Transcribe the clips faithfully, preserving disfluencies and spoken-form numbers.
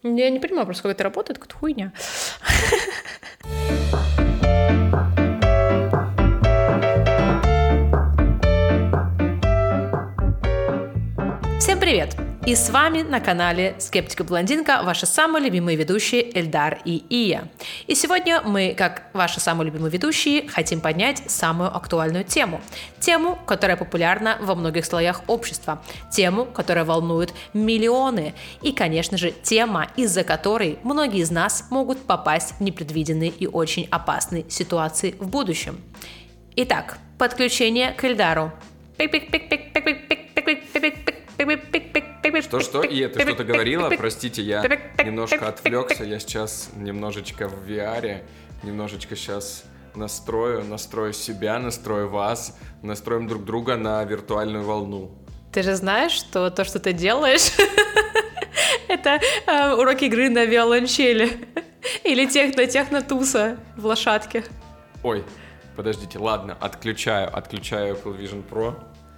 Я не понимаю просто, как это работает, какая-то хуйня. Всем привет! И с вами на канале Скептика-блондинка ваши самые любимые ведущие Эльдар и Ия. И сегодня мы, как ваши самые любимые ведущие, хотим поднять самую актуальную тему. Тему, которая популярна во многих слоях общества. Тему, которая волнует миллионы. И, конечно же, тема, из-за которой многие из нас могут попасть в непредвиденные и очень опасные ситуации в будущем. Итак, подключение к Эльдару. Что-что? И это что-то говорила? Простите, я немножко отвлекся. Я сейчас немножечко в ви ар, немножечко сейчас настрою, настрою себя, настрою вас, настроим друг друга на виртуальную волну. Ты же знаешь, что то, что ты делаешь, это э, уроки игры на виолончели или техно-техно-туса в лошадке. Ой, подождите, ладно, отключаю, отключаю Apple Vision Pro.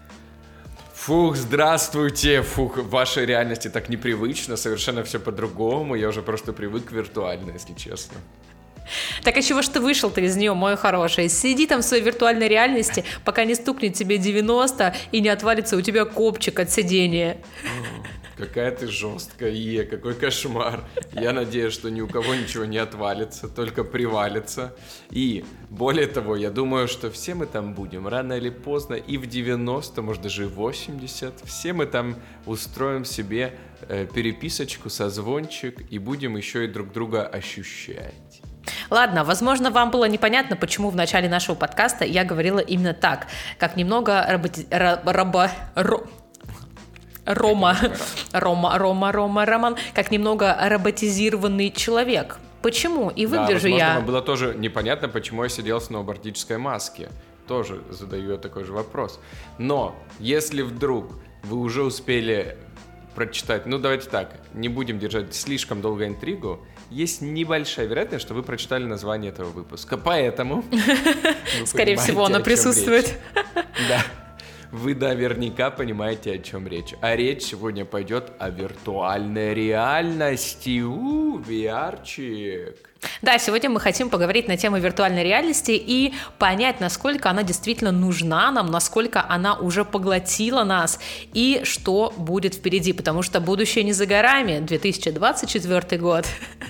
Фух, здравствуйте, фух, в вашей реальности так непривычно, совершенно все по-другому, я уже просто привык к виртуальной, если честно. Так а чего ж ты вышел-то из нее, мой хороший? Сиди там в своей виртуальной реальности, пока не стукнет тебе девяносто и не отвалится у тебя копчик от сидения. Какая ты жесткая, Е, какой кошмар. Я надеюсь, что ни у кого ничего не отвалится, только привалится. И более того, я думаю, что все мы там будем рано или поздно, и в девяносто, может даже и в восемьдесят, все мы там устроим себе э, переписочку, созвончик, и будем еще и друг друга ощущать. Ладно, возможно, вам было непонятно, почему в начале нашего подкаста я говорила именно так, как немного роботи... раба... ро... Рома, Рома, Рома, Рома, Роман, как немного роботизированный человек. Почему? И выгляжу да, возможно, я... вам было тоже непонятно, почему я сидел в сноубордической маске. Тоже задаю я такой же вопрос. Но если вдруг вы уже успели прочитать... Ну, давайте так, не будем держать слишком долго интригу. Есть небольшая вероятность, что вы прочитали название этого выпуска. Поэтому... Скорее всего, оно присутствует. Да. Вы наверняка понимаете, о чем речь. А речь сегодня пойдет о виртуальной реальности. У, ви ар-чик. Да, сегодня мы хотим поговорить на тему виртуальной реальности и понять, насколько она действительно нужна нам, насколько она уже поглотила нас и что будет впереди, потому что будущее не за горами. две тысячи двадцать четвёртый год.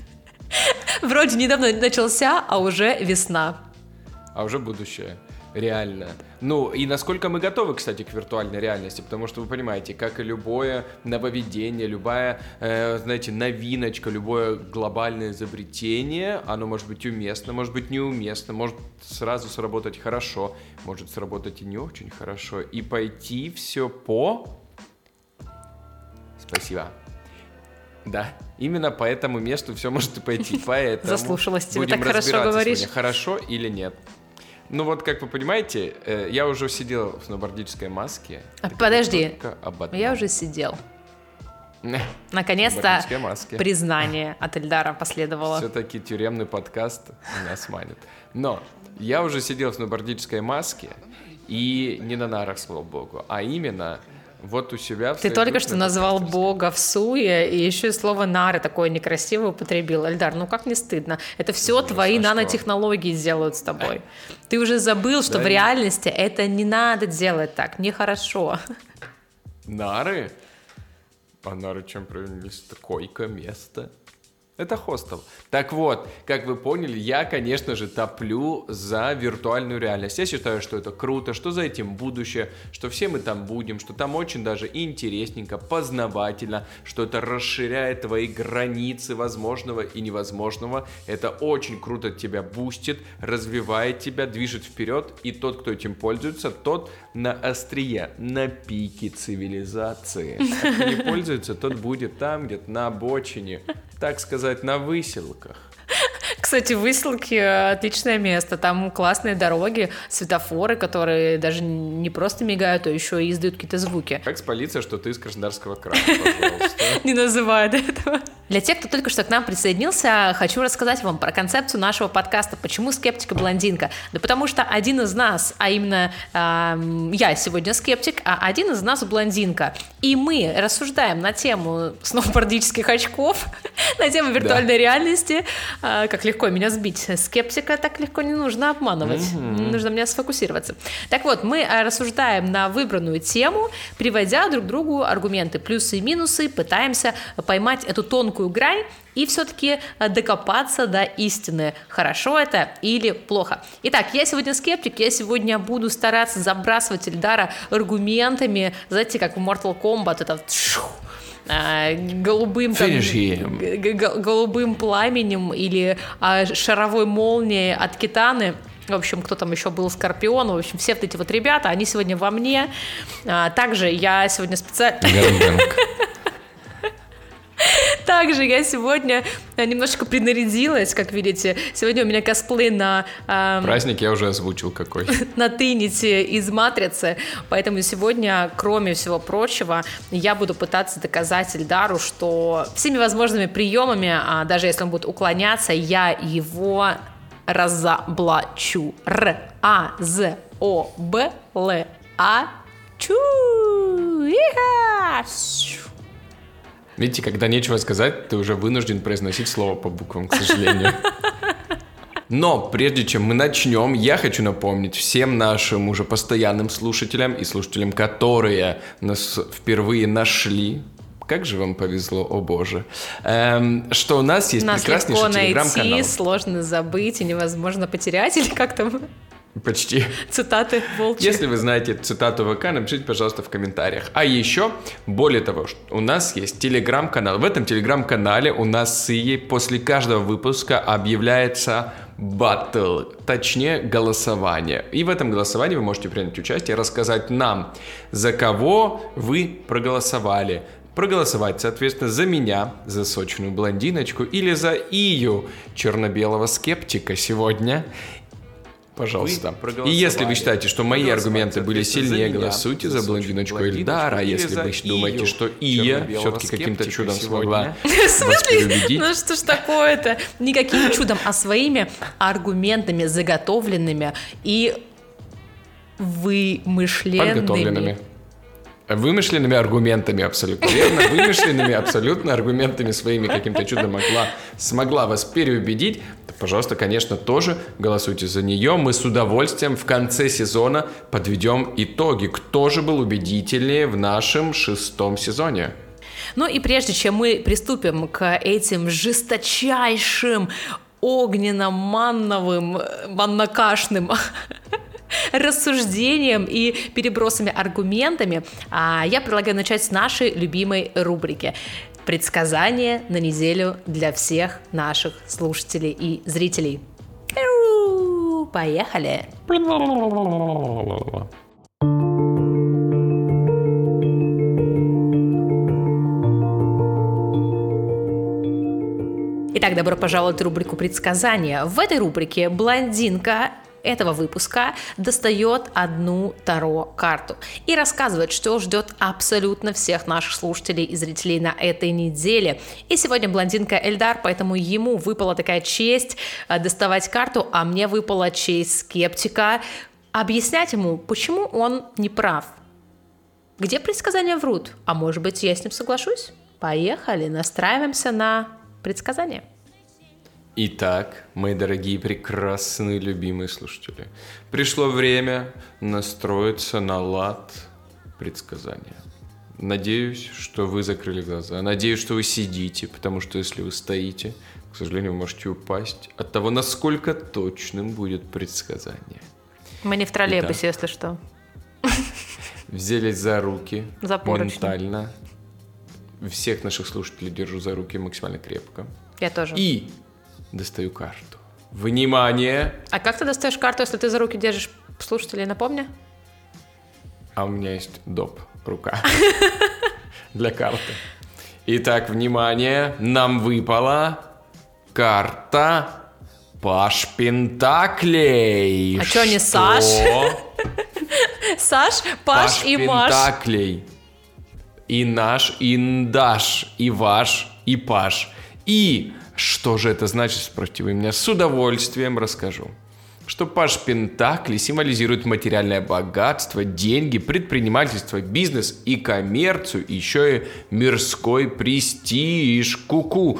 Вроде недавно начался, а уже весна. А уже будущее. Реально. Ну, и насколько мы готовы, кстати, к виртуальной реальности, потому что вы понимаете, как и любое нововведение, любая, э, знаете, новиночка, любое глобальное изобретение, оно может быть уместно, может быть неуместно, может сразу сработать хорошо, может сработать и не очень хорошо, и пойти все по... Спасибо. Да, именно по этому месту все может и пойти, поэтому... Заслушалась, тебе будем так хорошо говоришь. Сегодня, хорошо или нет. Ну вот, как вы понимаете, я уже сидел в сноубордической маске. А, подожди, я уже сидел. Наконец-то признание от Эльдара последовало. Все-таки тюремный подкаст нас манит. Но я уже сидел в сноубордической маске, и не на нарах, слава богу, а именно... Вот у себя... Ты только что назвал Бога в суе, и еще и слово «нары» такое некрасивое употребил. Эльдар, ну как не стыдно? Это все ну, твои а нанотехнологии что? Делают с тобой. Ты уже забыл, что да в реальности это не надо делать так, нехорошо. Нары? А нары чем провинились? Это койка, место. Это хостел. Так вот, как вы поняли, я, конечно же, топлю за виртуальную реальность. Я считаю, что это круто, что за этим будущее, что все мы там будем, что там очень даже интересненько, познавательно, что это расширяет твои границы возможного и невозможного. Это очень круто тебя бустит, развивает тебя, движет вперед. И тот, кто этим пользуется, тот на острие, на пике цивилизации. А кто не пользуется, тот будет там, где-то на обочине, так сказать, на выселках. Кстати, выселки — отличное место. Там классные дороги, светофоры, которые даже не просто мигают, а еще и издают какие-то звуки. Как спалиться, что ты из Краснодарского края, пожалуйста. Не называй до этого. Для тех, кто только что к нам присоединился, хочу рассказать вам про концепцию нашего подкаста «Почему скептика-блондинка?». Да потому что один из нас, а именно э, я сегодня скептик, а один из нас блондинка. И мы рассуждаем на тему сноубордических очков, на тему виртуальной да. реальности. А, как легко меня сбить. Скептика так легко не нужно обманывать. Mm-hmm. Нужно мне сфокусироваться. Так вот, мы рассуждаем на выбранную тему, приводя друг другу аргументы, плюсы и минусы, пытаемся поймать эту тонкую грань и все-таки докопаться до истины, хорошо это или плохо. Итак, я сегодня скептик, я сегодня буду стараться забрасывать Эльдара аргументами, знаете, как в Mortal Kombat, это голубым, там, г- голубым пламенем или а, шаровой молнией от Китаны. В общем, кто там еще был, Скорпион, в общем, все вот эти вот ребята, они сегодня во мне. А, также я сегодня специально... Также я сегодня немножечко принарядилась, как видите. Сегодня у меня косплей на... Эм, Праздник я уже озвучил какой. На Тринити из «Матрицы». Поэтому сегодня, кроме всего прочего, я буду пытаться доказать Эльдару, что всеми возможными приемами, а даже если он будет уклоняться, я его разоблачу. Р-А-З-О-Б-Л-А-Чу. Видите, когда нечего сказать, ты уже вынужден произносить слово по буквам, к сожалению. Но прежде чем мы начнем, я хочу напомнить всем нашим уже постоянным слушателям и слушателям, которые нас впервые нашли, как же вам повезло, о боже, эм, что у нас есть нас прекраснейший телеграм-канал. Найти, сложно забыть и невозможно потерять, или как там... Почти. Цитаты волчьи. Если вы знаете цитату ВК, напишите, пожалуйста, в комментариях. А еще, более того, у нас есть телеграм-канал. В этом телеграм-канале у нас и после каждого выпуска объявляется баттл, точнее голосование. И в этом голосовании вы можете принять участие и рассказать нам, за кого вы проголосовали. Проголосовать, соответственно, за меня, за сочную блондиночку, или за Ию, черно-белого скептика сегодня. Пожалуйста. И если вы считаете, что мои аргументы были сильнее, голосуйте за блондиночку Эльдара. А если вы думаете, что Ия все-таки каким-то чудом смогла вас переубедить... Ну что ж такое-то? Никаким чудом, а своими аргументами, заготовленными и вымышленными. Подготовленными. Вымышленными аргументами, абсолютно верно. Вымышленными абсолютно аргументами своими каким-то чудом могла, смогла вас переубедить. То, пожалуйста, конечно, тоже голосуйте за нее. Мы с удовольствием в конце сезона подведем итоги. Кто же был убедительнее в нашем шестом сезоне? Ну и прежде чем мы приступим к этим жесточайшим огненно-манновым, маннокашным рассуждением и перебросами аргументами, я предлагаю начать с нашей любимой рубрики «Предсказания на неделю для всех наших слушателей и зрителей». Поехали! Итак, добро пожаловать в рубрику «Предсказания». В этой рубрике блондинка этого выпуска достает одну таро-карту и рассказывает, что ждет абсолютно всех наших слушателей и зрителей на этой неделе. И сегодня блондинка Эльдар, поэтому ему выпала такая честь доставать карту, а мне выпала честь скептика объяснять ему, почему он не прав. Где предсказания врут? А может быть, я с ним соглашусь? Поехали, настраиваемся на предсказания. Итак, мои дорогие, прекрасные, любимые слушатели, пришло время настроиться на лад предсказания. Надеюсь, что вы закрыли глаза. Надеюсь, что вы сидите, потому что если вы стоите, к сожалению, вы можете упасть от того, насколько точным будет предсказание. Мы не в троллейбусе, если что. Взялись за руки, за моментально. Всех наших слушателей держу за руки максимально крепко. Я тоже. И достаю карту. Внимание! А как ты достаешь карту, если ты за руки держишь слушателей, напомни? А у меня есть доп. Рука для карты. Итак, внимание! Нам выпала карта Паш Пентаклей. А что не Саш? Саш, Паш и Маш. Паш Пентаклей. И наш, и Даш, и ваш, и Паш. И что же это значит, спросите вы меня, с удовольствием расскажу. Что Паш Пентаклей символизирует материальное богатство, деньги, предпринимательство, бизнес и коммерцию, еще и мирской престиж. Ку-ку.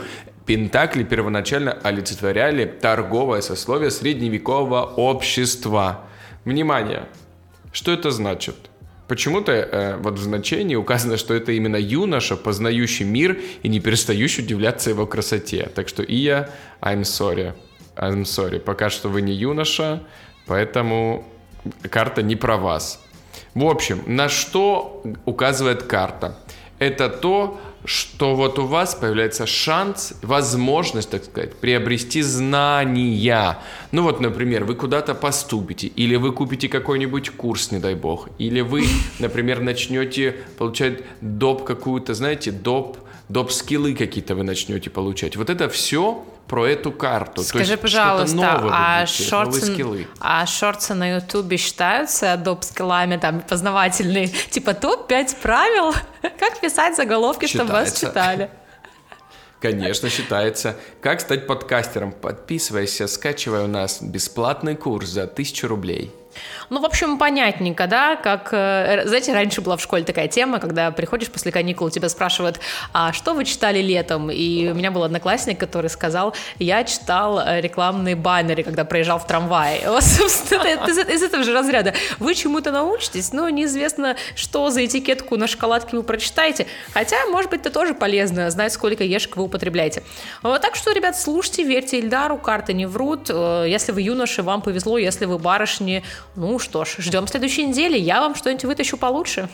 Пентакли первоначально олицетворяли торговое сословие средневекового общества. Внимание! Что это значит? Почему-то э, вот в значении указано, что это именно юноша, познающий мир и не перестающий удивляться его красоте. Так что Ия, I'm sorry. I'm sorry. Пока что вы не юноша, поэтому карта не про вас. В общем, на что указывает карта? Это то, что вот у вас появляется шанс, возможность, так сказать, приобрести знания. Ну вот, например, вы куда-то поступите, или вы купите какой-нибудь курс, не дай бог, или вы, например, начнете получать доп. Какую-то, знаете, доп. Доп-скиллы какие-то вы начнете получать. Вот это все про эту карту. Скажи, то есть, пожалуйста, а, будете, шорты, а шорты на Ютубе считаются доп-скиллами, там, познавательные? Типа топ пять правил, как писать заголовки, чтобы вас читали? Конечно, считается. Как стать подкастером? Подписывайся, скачивай у нас бесплатный курс за тысячу рублей. Ну, в общем, понятненько, да, как, знаете, раньше была в школе такая тема, когда приходишь после каникул, тебя спрашивают, а что вы читали летом? И у меня был одноклассник, который сказал, я читал рекламные баннеры, когда проезжал в трамвае. Вот, собственно, это из, из этого же разряда. Вы чему-то научитесь, но неизвестно, что за этикетку на шоколадке вы прочитаете. Хотя, может быть, это тоже полезно, знать, сколько ешек вы употребляете. Так что, ребят, слушайте, верьте Ильдару, карты не врут. Если вы юноши, вам повезло, если вы барышни, ну что ж, ждем следующей недели, я вам что-нибудь вытащу получше.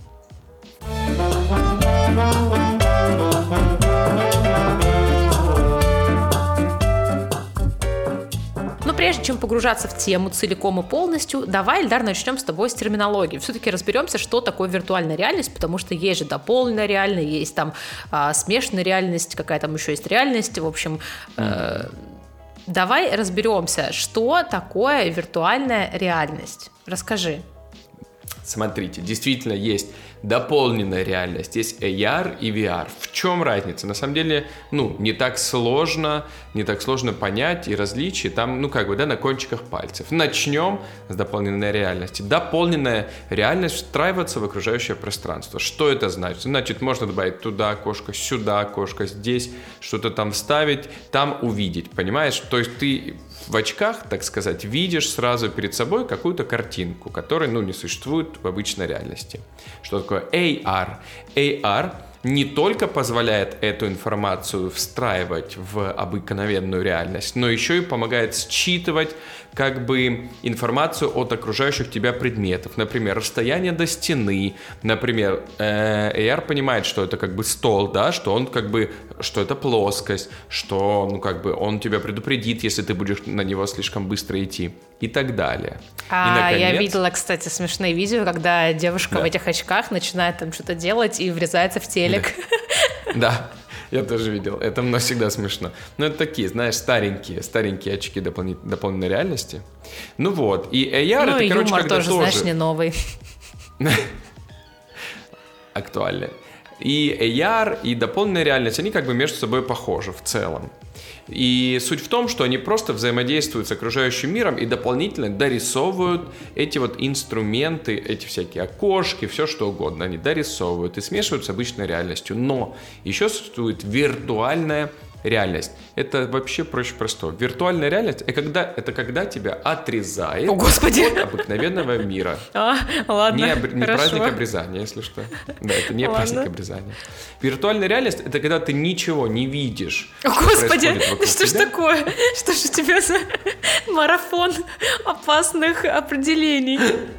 Но прежде чем погружаться в тему целиком и полностью, давай, Ильдар, начнем с тобой с терминологии. Все-таки разберемся, что такое виртуальная реальность, потому что есть же дополненная реальность, есть там а, смешанная реальность, какая там еще есть реальность, в общем... Э- Давай разберемся, что такое виртуальная реальность. Расскажи. Смотрите, действительно есть дополненная реальность, есть эй ар и ви ар. В чем разница? На самом деле, ну, не так сложно, не так сложно понять и различия там, ну, как бы, да, на кончиках пальцев. Начнем с дополненной реальности. Дополненная реальность встраивается в окружающее пространство. Что это значит? Значит, можно добавить туда окошко, сюда окошко, здесь что-то там вставить, там увидеть, понимаешь? То есть ты в очках, так сказать, видишь сразу перед собой какую-то картинку, которая, ну, не существует в обычной реальности. Что такое эй ар? эй ар не только позволяет эту информацию встраивать в обыкновенную реальность, но еще и помогает считывать как бы информацию от окружающих тебя предметов. Например, расстояние до стены. Например, эй ар понимает, что это как бы стол, да, что он как бы, что это плоскость, что, ну, как бы он тебя предупредит, если ты будешь на него слишком быстро идти и так далее. А, и, наконец... я видела, кстати, смешные видео, когда девушка да. в этих очках начинает там что-то делать и врезается в телек. Да. да. Я тоже видел. Это мне всегда смешно. Но это такие, знаешь, старенькие, старенькие очки дополни- дополненной реальности. Ну вот. И эй ар, ну, это, и короче, юмор когда тоже, тоже... знаешь, не новый. Актуальный. И эй ар, и дополненная реальность, они как бы между собой похожи в целом. И суть в том, что они просто взаимодействуют с окружающим миром и дополнительно дорисовывают эти вот инструменты, эти всякие окошки, все что угодно. Они дорисовывают и смешивают с обычной реальностью. Но еще существует виртуальная реальность. Это вообще проще простого. Виртуальная реальность это когда, это когда тебя отрезает О, Господи. от обыкновенного мира. А, ладно, не, об, не хорошо. праздник обрезания, если что. Да, это не Ладно. праздник обрезания. Виртуальная реальность это когда ты ничего не видишь. О, Господи, что ж тебя. такое? Что ж у тебя за марафон опасных определений?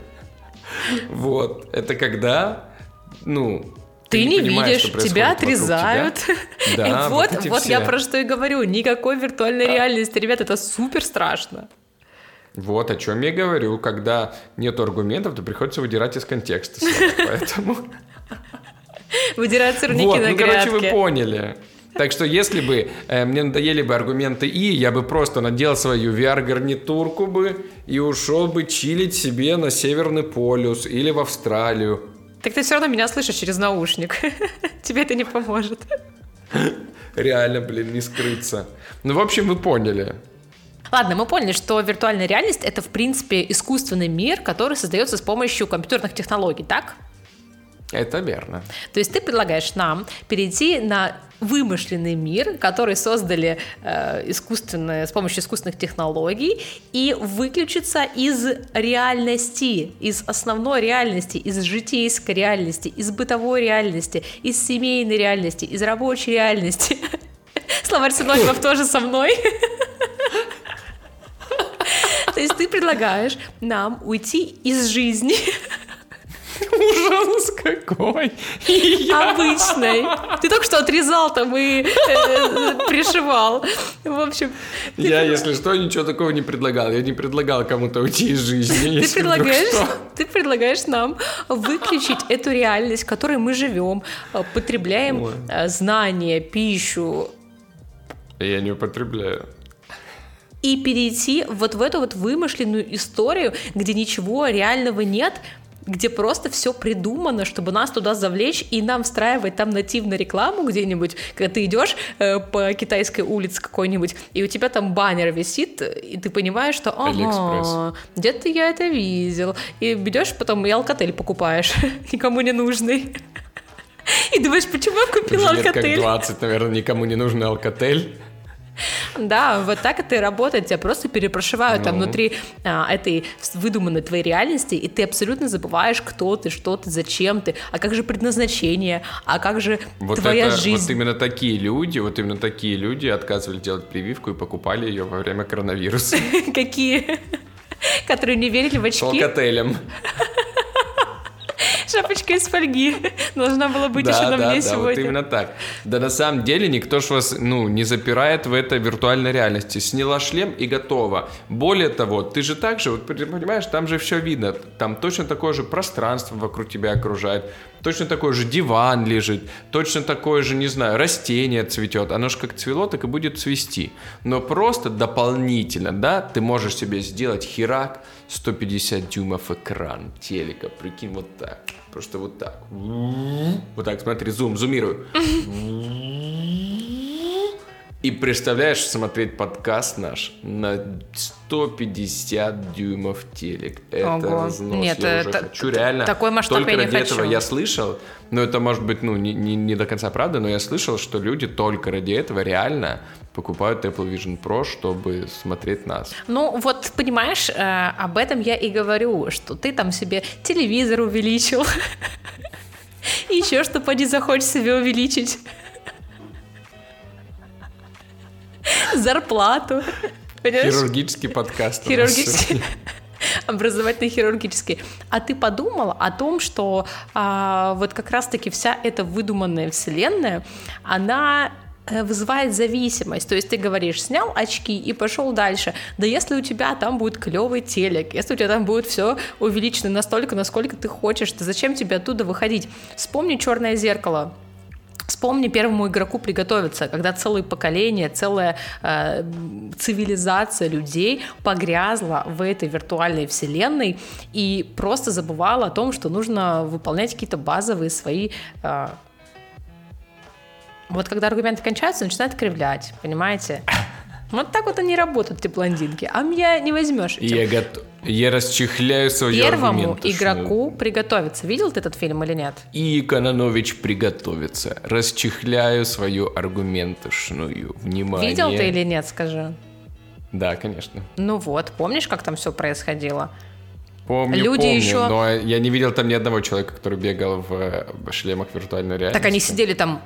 Вот, это когда, ну... Ты, ты не, не видишь, тебя отрезают. Тебя. Да, вот вот, вот все. я про что и говорю. Никакой виртуальной реальности, ребят, это супер страшно. Вот о чем я говорю. Когда нет аргументов, то приходится выдирать из контекста. Поэтому... Выдирать сорняки вот, на ну, грядке. короче, вы поняли. Так что если бы э, мне надоели бы аргументы И, я бы просто надел свою ви ар-гарнитурку бы и ушел бы чилить себе на Северный полюс или в Австралию. Так ты все равно меня слышишь через наушник. Тебе это не поможет. Реально, блин, не скрыться. Ну, в общем, вы поняли. Ладно, мы поняли, что виртуальная реальность — это, в принципе, искусственный мир, который создается с помощью компьютерных технологий, так? Это верно. То есть ты предлагаешь нам перейти на вымышленный мир, который создали э, искусственные, с помощью искусственных технологий, и выключиться из реальности, из основной реальности, из житейской реальности, из бытовой реальности, из семейной реальности, из рабочей реальности. Словарь синонимов тоже со мной. То есть ты предлагаешь нам уйти из жизни Ужас какой! обычной. Ты только что отрезал там и э, пришивал. В общем... Я, если что, ничего такого не предлагал. Я не предлагал кому-то уйти из жизни. Ты предлагаешь, ты предлагаешь нам выключить эту реальность, в которой мы живем, потребляем Ой. знания, пищу. Я не употребляю. И перейти вот в эту вот вымышленную историю, где ничего реального нет, где просто все придумано, чтобы нас туда завлечь и нам встраивать там нативную рекламу где-нибудь, когда ты идешь э, по китайской улице какой-нибудь, и у тебя там баннер висит, и ты понимаешь, что ага, где-то я это видел. И идешь потом и алкотель покупаешь, никому не нужный. И думаешь, почему я купила алкотель? Лет как двадцать, наверное, никому не нужный алкотель. Да, вот так это и работает, тебя просто перепрошивают ну. там внутри а, этой выдуманной твоей реальности, и ты абсолютно забываешь, кто ты, что ты, зачем ты, а как же предназначение, а как же вот твоя это, жизнь. Вот именно такие люди, вот именно такие люди отказывались делать прививку и покупали ее во время коронавируса. Какие? Которые не верили в очки? С алкотелем. Шапочка из фольги должна была быть да, еще на да, мне да, сегодня. Вот именно так. Да на самом деле никто ж вас ну, не запирает в этой виртуальной реальности. Сняла шлем и готово. Более того, ты же так же, вот понимаешь, там же все видно. Там точно такое же пространство вокруг тебя окружает. Точно такой же диван лежит. Точно такое же, не знаю, растение цветет. Оно же как цвело, так и будет цвести. Но просто дополнительно, да, ты можешь себе сделать херак, сто пятьдесят дюймов экран телека. Прикинь, вот так. Просто вот так. Вот так, смотри, зум, зумирую. И представляешь, смотреть подкаст наш на сто пятьдесят дюймов телек. Это Ого. разнос. Нет, я это, уже хочу. Реально, такой масштаб только я не ради хочу. этого я слышал, но это может быть ну, не, не, не до конца правда, но я слышал, что люди только ради этого реально покупают Apple Vision Pro, чтобы смотреть нас. Ну, вот, понимаешь, э, об этом я и говорю, что ты там себе телевизор увеличил, и еще что поди захочешь себе увеличить. Зарплату. Понимаешь? Хирургический подкаст. Хирургический. Образовательный хирургический. А ты подумала о том, что а, вот как раз-таки вся эта выдуманная вселенная, она вызывает зависимость. То есть ты говоришь, снял очки и пошел дальше. Да если у тебя там будет клевый телек, если у тебя там будет все увеличено настолько, насколько ты хочешь, то зачем тебе оттуда выходить? Вспомни «Черное зеркало». Вспомни «Первому игроку приготовиться», когда целое поколение, целая э, цивилизация людей погрязла в этой виртуальной вселенной и просто забывала о том, что нужно выполнять какие-то базовые свои... Э... Вот когда аргументы кончаются, начинают кривлять, понимаете? Вот так вот они работают, эти блондинки. А меня не возьмешь. Я, готов... Я расчехляю свои Первому аргументы. Первому игроку что... приготовиться. Видел ты этот фильм или нет? И Кононович приготовится. Расчехляю свою аргументошную. Внимание. Видел ты или нет, скажи? Да, конечно. Ну вот, помнишь, как там все происходило? Помню, Люди помню, еще... но я не видел там ни одного человека, который бегал в шлемах виртуальной реальности. Так они сидели там...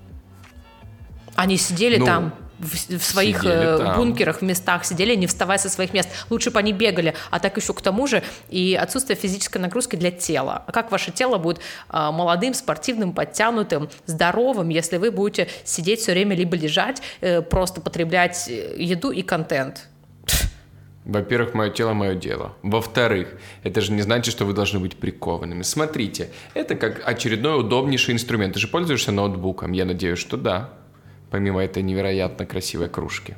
Они сидели ну... там... В, в своих э, бункерах, в местах сидели, не вставая со своих мест. Лучше бы они бегали, а так еще к тому же и отсутствие физической нагрузки для тела. А как ваше тело будет э, молодым, спортивным, подтянутым, здоровым, если вы будете сидеть все время либо лежать, э, просто потреблять еду и контент? Во-первых, мое тело – мое дело. Во-вторых, это же не значит, что вы должны быть прикованными. Смотрите, это как очередной удобнейший инструмент. Ты же пользуешься ноутбуком? Я надеюсь, что да. Помимо этой невероятно красивой кружки.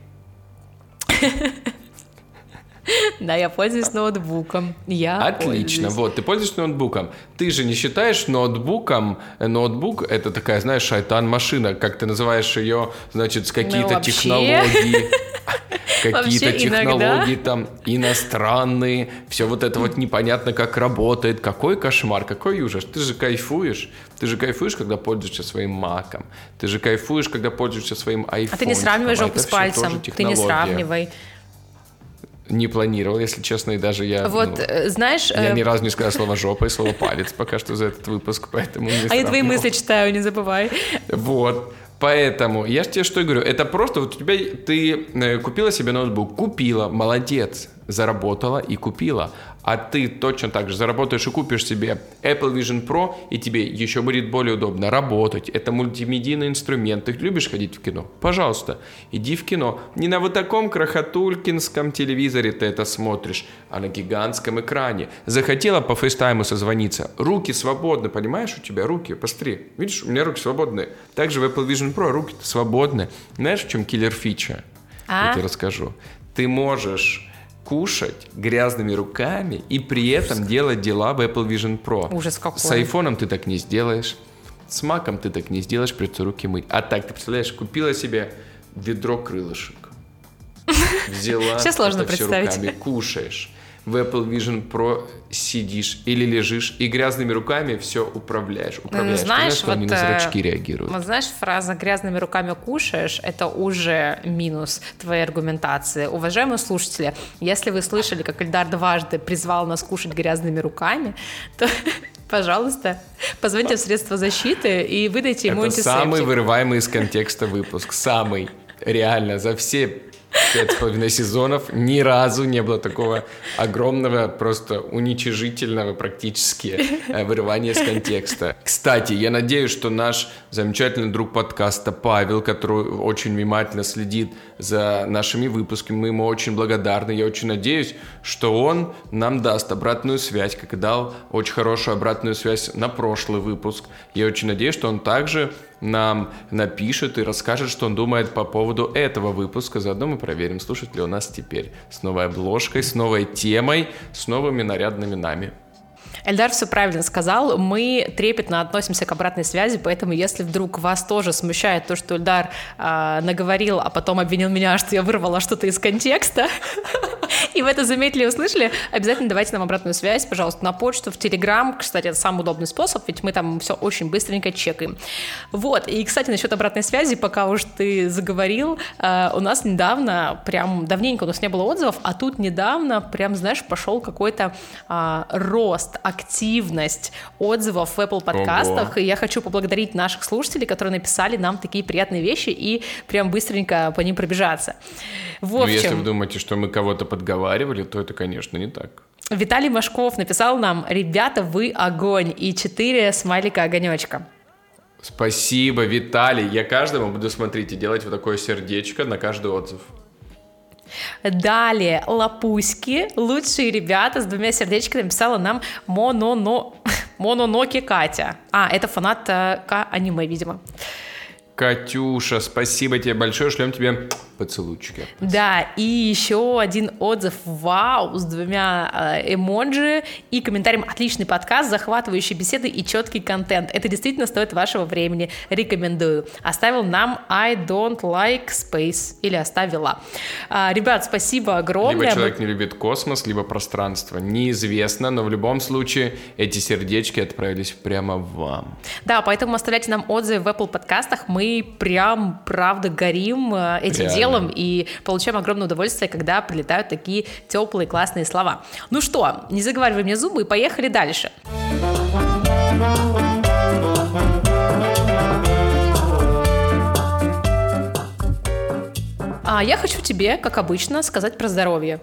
Да, я пользуюсь ноутбуком. Я Отлично, пользуюсь. Вот, ты пользуешься ноутбуком. Ты же не считаешь ноутбуком, ноутбук – это такая, знаешь, шайтан-машина, как ты называешь ее, значит, с какие-то ну, вообще... технологии. какие-то технологии там иностранные, все вот это вот непонятно, как работает. Какой кошмар, какой ужас. Ты же кайфуешь. Ты же кайфуешь, когда пользуешься своим маком. Ты же кайфуешь, когда пользуешься своим айфоном. А ты не сравнивай жопу с пальцем. Ты не сравнивай. Не планировал, если честно, и даже я... Вот, ну, знаешь... Я э... ни разу не сказал слово «жопа» и слово «палец» пока что за этот выпуск, поэтому не сравнивал. А я твои мысли читаю, не забывай. Вот. Поэтому, я же тебе что и говорю, это просто вот у тебя, ты купила себе ноутбук, купила, молодец, заработала и купила, а ты точно так же заработаешь и купишь себе Apple Vision Pro, и тебе еще будет более удобно работать, это мультимедийный инструмент, ты любишь ходить в кино? Пожалуйста, иди в кино, не на вот таком крохотулькинском телевизоре ты это смотришь, а на гигантском экране, захотела по фейстайму созвониться, руки свободны, понимаешь, у тебя руки, посмотри, видишь, у меня руки свободные, также в Apple Vision Pro руки свободны, знаешь, в чем киллер-фича? А? Я тебе расскажу, ты можешь... кушать грязными руками и при этом Ужас. Делать дела в Apple Vision Pro. Ужас какой. С айфоном ты так не сделаешь, с маком ты так не сделаешь, придется руки мыть. А так, ты представляешь, купила себе ведро крылышек, взяла Все сложно это все руками, кушаешь. В Apple Vision Pro сидишь или лежишь и грязными руками все управляешь. Управляешь. Ну, знаешь, что вот, они на зрачки реагируют. Вот знаешь, фраза «грязными руками кушаешь» — это уже минус твоей аргументации. Уважаемые слушатели, если вы слышали, как Эльдар дважды призвал нас кушать грязными руками, то... Пожалуйста, позвоните в средства защиты и выдайте ему антисептик. Это самый вырываемый из контекста выпуск. Самый. Реально. За все... Пять с половиной сезонов ни разу не было такого огромного, просто уничижительного практически вырывания из контекста. Кстати, я надеюсь, что наш замечательный друг подкаста Павел, который очень внимательно следит за нашими выпусками, мы ему очень благодарны. Я очень надеюсь, что он нам даст обратную связь, как дал очень хорошую обратную связь на прошлый выпуск. Я очень надеюсь, что он также нам напишет и расскажет, что он думает по поводу этого выпуска. Заодно мы проверим, слушает ли он нас теперь с новой обложкой, с новой темой, с новыми нарядными нами. Эльдар все правильно сказал, мы трепетно относимся к обратной связи, поэтому если вдруг вас тоже смущает то, что Эльдар э, наговорил, а потом обвинил меня, что я вырвала что-то из контекста, и вы это заметили и услышали, обязательно давайте нам обратную связь, пожалуйста, на почту, в Телеграм. Кстати, это самый удобный способ, ведь мы там все очень быстренько чекаем. Вот, и, кстати, насчет обратной связи, пока уж ты заговорил, э, у нас недавно, прям давненько у нас не было отзывов, а тут недавно, прям, знаешь, пошел какой-то э, рост, активность отзывов в Apple подкастах, Ого. И я хочу поблагодарить наших слушателей, которые написали нам такие приятные вещи и прям быстренько по ним пробежаться. В общем, ну, если вы думаете, что мы кого-то подговаривали, то это, конечно, не так. Виталий Машков написал нам: «Ребята, вы огонь!» и четыре смайлика огонечка. Спасибо, Виталий. Я каждому буду, смотрите, делать вот такое сердечко на каждый отзыв. Далее, Лапуськи, лучшие ребята, с двумя сердечками написала нам Мононо... Мононоки Катя. А, это фанат э, аниме, видимо. Катюша, спасибо тебе большое, шлем тебе поцелуйчики. Да, и еще один отзыв, вау, с двумя э, эмоджи и комментарием: отличный подкаст, захватывающие беседы и четкий контент. Это действительно стоит вашего времени, рекомендую. Оставил нам I don't like space, или оставила. А, ребят, спасибо огромное. Либо человек не любит космос, либо пространство, неизвестно, но в любом случае эти сердечки отправились прямо вам. Да, поэтому оставляйте нам отзывы в Apple подкастах, мы прям, правда, горим этим Реально. делом и получаем огромное удовольствие, когда прилетают такие теплые, классные слова. Ну что, не заговаривай мне зубы и поехали дальше. А я хочу тебе, как обычно, сказать про здоровье.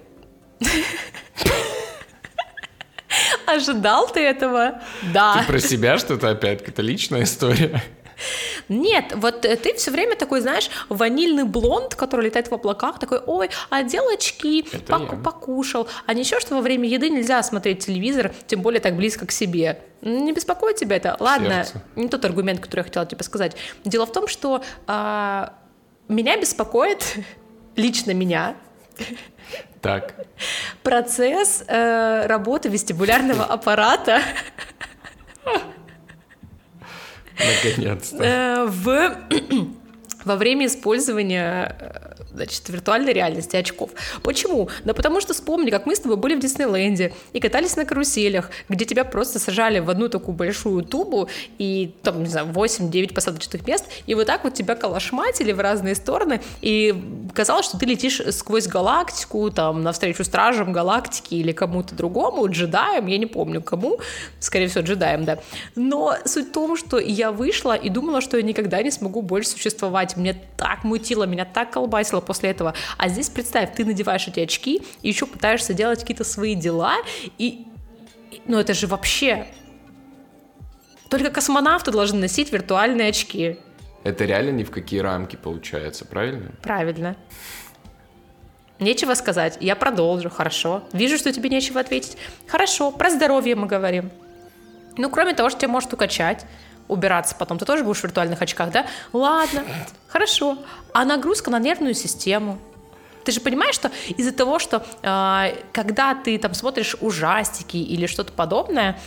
Ожидал ты этого? Да. Ты про себя что-то опять? Какая-то личная история? Нет, вот ты все время такой, знаешь, ванильный блонд, который летает в облаках, такой: ой, одел очки, пок- покушал. А ничего, что во время еды нельзя смотреть телевизор, тем более так близко к себе. Не беспокоит тебя это? Ладно, Сердце. Не тот аргумент, который я хотела тебе сказать. Дело в том, что а, меня беспокоит, лично меня, так. процесс э, работы вестибулярного аппарата Наконец-то. В, во время использования, значит, виртуальной реальности очков. Почему? Да потому что вспомни, как мы с тобой были в Диснейленде и катались на каруселях, где тебя просто сажали в одну такую большую тубу и там, не знаю, восемь-девять посадочных мест, и вот так вот тебя калашматили в разные стороны, и казалось, что ты летишь сквозь галактику, там, навстречу стражам галактики или кому-то другому, джедаям, я не помню кому, скорее всего, джедаям, да. Но суть в том, что я вышла и думала, что я никогда не смогу больше существовать. Мне так мутило, меня так колбасило после этого. А здесь, представь, ты надеваешь эти очки и еще пытаешься делать какие-то свои дела, и... Ну, это же вообще... Только космонавты должны носить виртуальные очки. Это реально ни в какие рамки получается, правильно? Правильно. Нечего сказать. Я продолжу, хорошо. Вижу, что тебе нечего ответить. Хорошо, про здоровье мы говорим. Ну, кроме того, что тебя может укачать, убираться потом. Ты тоже будешь в виртуальных очках, да? Ладно, хорошо. А нагрузка на нервную систему? Ты же понимаешь, что из-за того, что э, когда ты там смотришь ужастики или что-то подобное,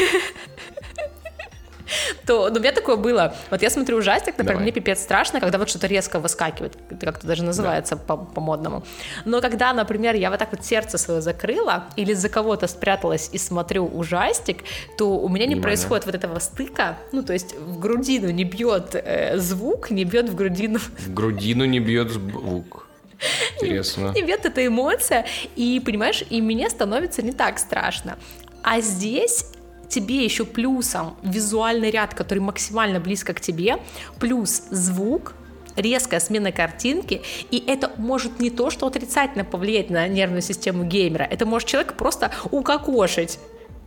то ну, у меня такое было. Вот я смотрю ужастик, например, Давай. Мне пипец страшно, когда вот что-то резко выскакивает, это как-то даже называется да. по- по-модному. Но когда, например, я вот так вот сердце свое закрыла или за кого-то спряталась и смотрю ужастик, то у меня не Внимание. происходит вот этого стыка, ну, то есть в грудину не бьет э, звук, не бьет в грудину. В грудину не бьет звук. Интересно. Не, не бьет эта эмоция, и, понимаешь, и мне становится не так страшно. А здесь... тебе еще плюсом визуальный ряд, который максимально близко к тебе, плюс звук, резкая смена картинки, и это может не то, что отрицательно повлиять на нервную систему геймера, это может человека просто укокошить.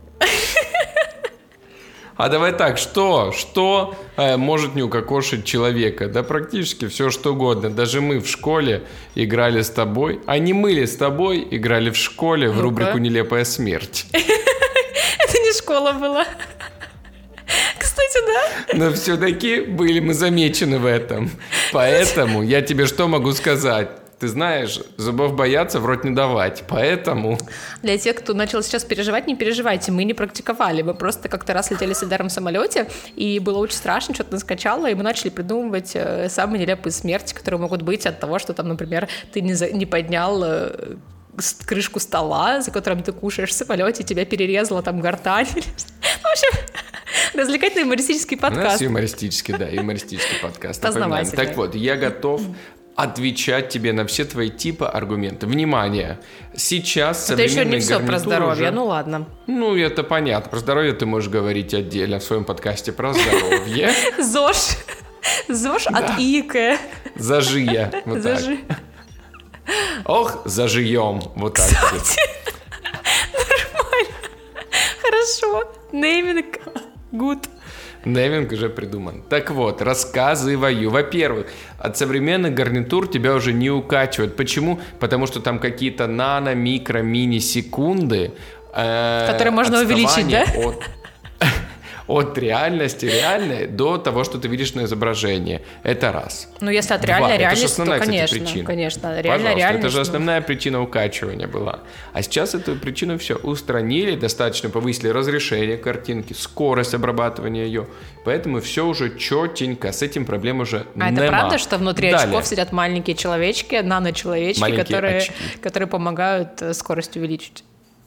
А давай так, что, что э, может не укокошить человека? Да практически все, что угодно. Даже мы в школе играли с тобой, а не мы ли с тобой играли в школе в рубрику «Нелепая смерть». Это не школа была. Кстати, да. Но все-таки были мы замечены в этом. Поэтому я тебе что могу сказать? Ты знаешь, зубов бояться, в рот не давать. Поэтому... Для тех, кто начал сейчас переживать, не переживайте. Мы не практиковали. Мы просто как-то раз летели с Эльдаром в самолете, и было очень страшно, что-то нас качало, и мы начали придумывать самые нелепые смерти, которые могут быть от того, что там, например, ты не, за... не поднял... крышку стола, за которым ты кушаешь в самолете, тебя перерезала там гортань. В общем, развлекательный юмористический подкаст. У нас юмористический, да, юмористический подкаст. Познавательный. Так вот, я готов отвечать тебе на все твои типа аргументы. Внимание! Сейчас современные гарнитуры... Это еще не все про здоровье, ну ладно. Ну, это понятно. Про здоровье ты можешь говорить отдельно в своем подкасте про здоровье. ЗОЖ. ЗОЖ от ИК. Зажия. Вот так. Ох, зажием. Вот так. Кстати, нормально. Хорошо. Нейминг good. Нейминг уже придуман. Так вот, рассказываю. Во-первых, от современных гарнитур тебя уже не укачивают. Почему? Потому что там какие-то нано, микро, мини-секунды. Э, Которые можно увеличить, да? От... От реальности реальной до того, что ты видишь на изображении. Это раз. Ну, если от реальной Два. реальности, это же основная, то, конечно, кстати, причина. конечно. Реальная реальность, это же ну... основная причина укачивания была. А сейчас эту причину все устранили, достаточно повысили разрешение картинки, скорость обрабатывания ее. Поэтому все уже четенько, с этим проблем уже а нема. Это правда, что внутри Далее. очков сидят маленькие человечки, нано-человечки, которые, очки. которые помогают скорость увеличить?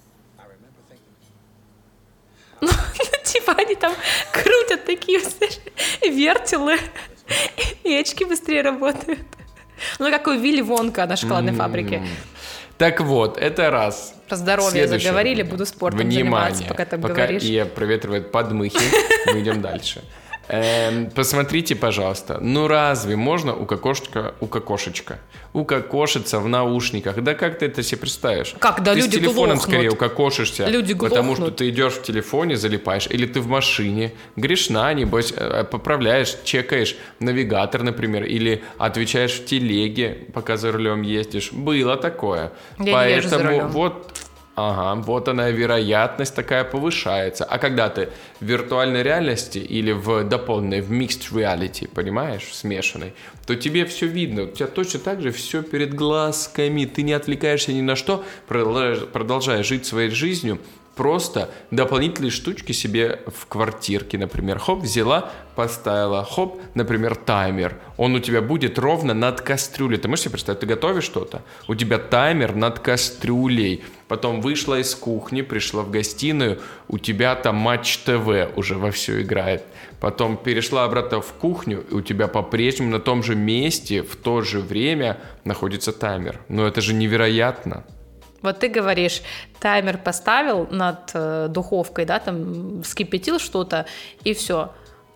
Ну, типа они там крутят такие, знаешь, вертелы, и очки быстрее работают. Ну, как у Вилли Вонка на шоколадной фабрике. Так вот, это раз. Про здоровье Следующее. заговорили, буду спортом Внимание. заниматься, пока ты пока говоришь. Ия проветривает подмыхи, мы идем дальше. Эм, посмотрите, пожалуйста, ну разве можно у кокошечка, у кокошечка, у кокошиться в наушниках? Да как ты это себе представишь? Как? Да ты люди с телефоном глохнут. скорее укокошишься, люди потому что ты идешь в телефоне, залипаешь, или ты в машине, грешна, небось, поправляешь, чекаешь навигатор, например, или отвечаешь в телеге, пока за рулем ездишь. Было такое. Я Поэтому не езжу за рулем. вот... Ага, вот она, вероятность такая повышается. А когда ты в виртуальной реальности или в дополненной, в mixed reality, понимаешь, в смешанной, то тебе все видно. У тебя точно так же все перед глазками. Ты не отвлекаешься ни на что, продолжаешь, продолжаешь жить своей жизнью, просто дополнительные штучки себе в квартирке, например. Хоп, взяла, поставила. Хоп, например, таймер. Он у тебя будет ровно над кастрюлей. Ты можешь себе представить, ты готовишь что-то? У тебя таймер над кастрюлей. Потом вышла из кухни, пришла в гостиную, у тебя там Матч ТВ уже вовсю играет. Потом перешла обратно в кухню, и у тебя по-прежнему на том же месте в то же время находится таймер. Ну это же невероятно. Вот ты говоришь, таймер поставил над э, духовкой, да, там вскипятил что-то, и все.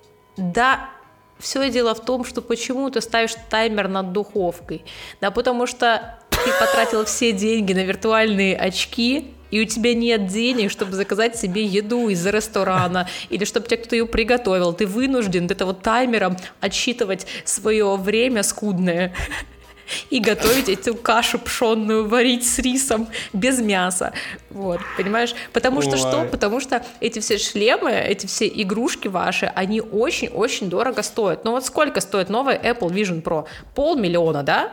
Да, все дело в том, что почему ты ставишь таймер над духовкой. Да потому что ты потратил все деньги на виртуальные очки, и у тебя нет денег, чтобы заказать себе еду из ресторана, или чтобы тебе кто-то ее приготовил. Ты вынужден этого таймером отсчитывать свое время скудное и готовить эту кашу пшенную, варить с рисом без мяса. Вот, понимаешь? Потому что Ой. что? Потому что эти все шлемы, эти все игрушки ваши, они очень-очень дорого стоят. Ну вот сколько стоит новая Apple Vision Pro? Полмиллиона, да?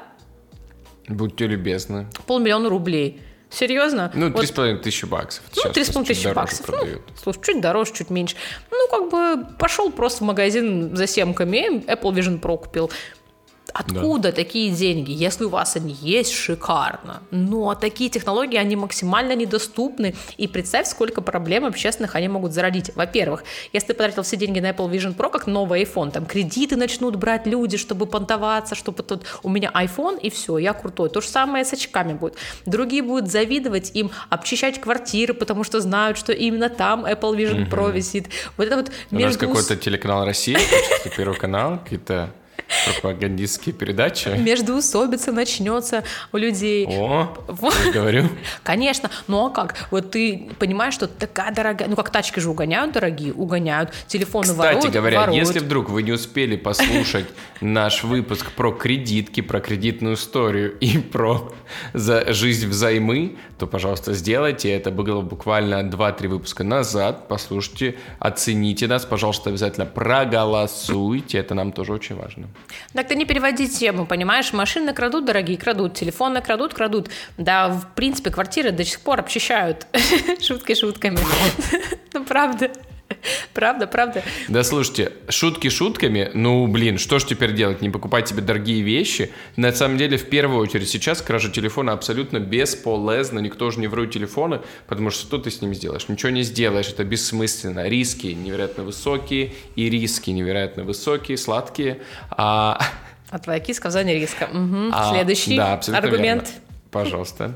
Будьте любезны. Полмиллиона рублей. Серьезно? Ну, три с половиной тысячи баксов. Ну, три с половиной тысячи баксов. Ну, слушай, чуть дороже, чуть меньше. Ну, как бы пошел просто в магазин за семками, Apple Vision Pro купил. Откуда да. такие деньги? Если у вас они есть, шикарно. Но такие технологии, они максимально недоступны. И представь, сколько проблем общественных они могут зародить. Во-первых, если ты потратил все деньги на Apple Vision Pro, как новый iPhone, там кредиты начнут брать люди, чтобы понтоваться, чтобы тут у меня iPhone, и все, я крутой. То же самое с очками будет. Другие будут завидовать им, обчищать квартиры, потому что знают, что именно там Apple Vision Pro угу. висит. Вот это вот у между... нас какой-то телеканал России, Первый канал, какие-то пропагандистские передачи. Междоусобица начнется у людей. О, я говорю. Конечно. Ну а как? Вот ты понимаешь, что такая дорогая... Ну как тачки же угоняют дорогие? Угоняют. Телефоны Кстати воруют. Кстати говоря, воруют. если вдруг вы не успели послушать наш выпуск про кредитки, про кредитную историю и про за жизнь взаймы, то, пожалуйста, сделайте. Это было буквально два-три выпуска назад. Послушайте, оцените нас. Пожалуйста, обязательно проголосуйте. Это нам тоже очень важно. Так ты не переводи тему, понимаешь? Машины крадут, дорогие, крадут. Телефоны крадут, крадут. Да, в принципе, квартиры до сих пор обчищают. Шутки шутками. Ну, правда. Правда, правда. Да, слушайте, шутки шутками, ну, блин, что ж теперь делать? Не покупать себе дорогие вещи? На самом деле, в первую очередь, сейчас кража телефона абсолютно бесполезна. Никто же не ворует телефоны, потому что что ты с ним сделаешь? Ничего не сделаешь, это бессмысленно. Риски невероятно высокие, и риски невероятно высокие, сладкие. А, а твоя киска в зоне риска. Угу. А, Следующий да, аргумент. Верно. Пожалуйста.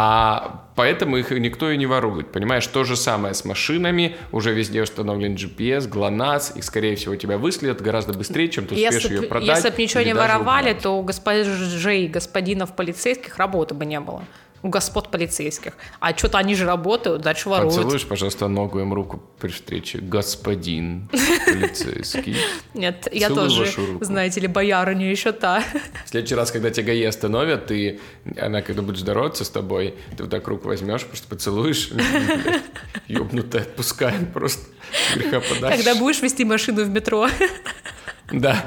А поэтому их никто и не ворует. Понимаешь, то же самое с машинами. Уже везде установлен джи пи эс, ГЛОНАСС. И, скорее всего, тебя выследят гораздо быстрее, чем ты успеешь если ее б, продать. Если бы ничего не воровали, угнать. То у госпожей господинов полицейских работы бы не было. У господ полицейских. А что-то они же работают, дальше воруют. Поцелуешь, пожалуйста, ногу им руку при встрече. Господин полицейский. Нет, я тоже, знаете ли, боярыня еще та. В следующий раз, когда тебя ГАИ остановят, ты, она когда будет здороваться с тобой, ты вот так руку возьмешь, просто поцелуешь, ёбнутая, отпускаем просто греха подальше. Когда будешь вести машину в метро. Да.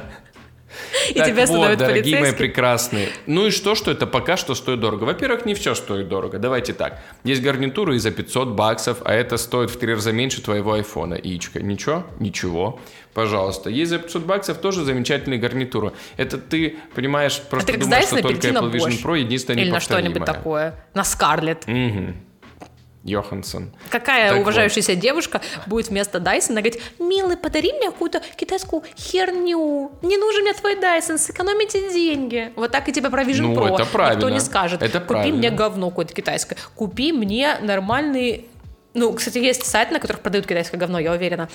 И так тебя вот, дорогие полицейский. мои прекрасные. Ну и что, что это пока что стоит дорого? Во-первых, не все стоит дорого. Давайте так. Есть гарнитуры и за пятьсот баксов, а это стоит в три раза меньше твоего айфона. Яичко. Ничего? Ничего. Пожалуйста. Есть за пятьсот баксов тоже замечательные гарнитуры. Это ты, понимаешь, просто а думаешь, что только Apple Vision Pro единственное или неповторимое. На что-нибудь такое. На Scarlett. Угу. Йоханссон. Какая так уважающаяся вот. девушка будет вместо Дайсона говорить: милый, подари мне какую-то китайскую херню, не нужен мне твой Дайсон, сэкономите деньги. Вот так и тебе про Vision ну, Pro это правильно. никто не скажет. Это купи правильно. Мне говно какое-то китайское, купи мне нормальный... Ну, кстати, есть сайт, на которых продают китайское говно, я уверена.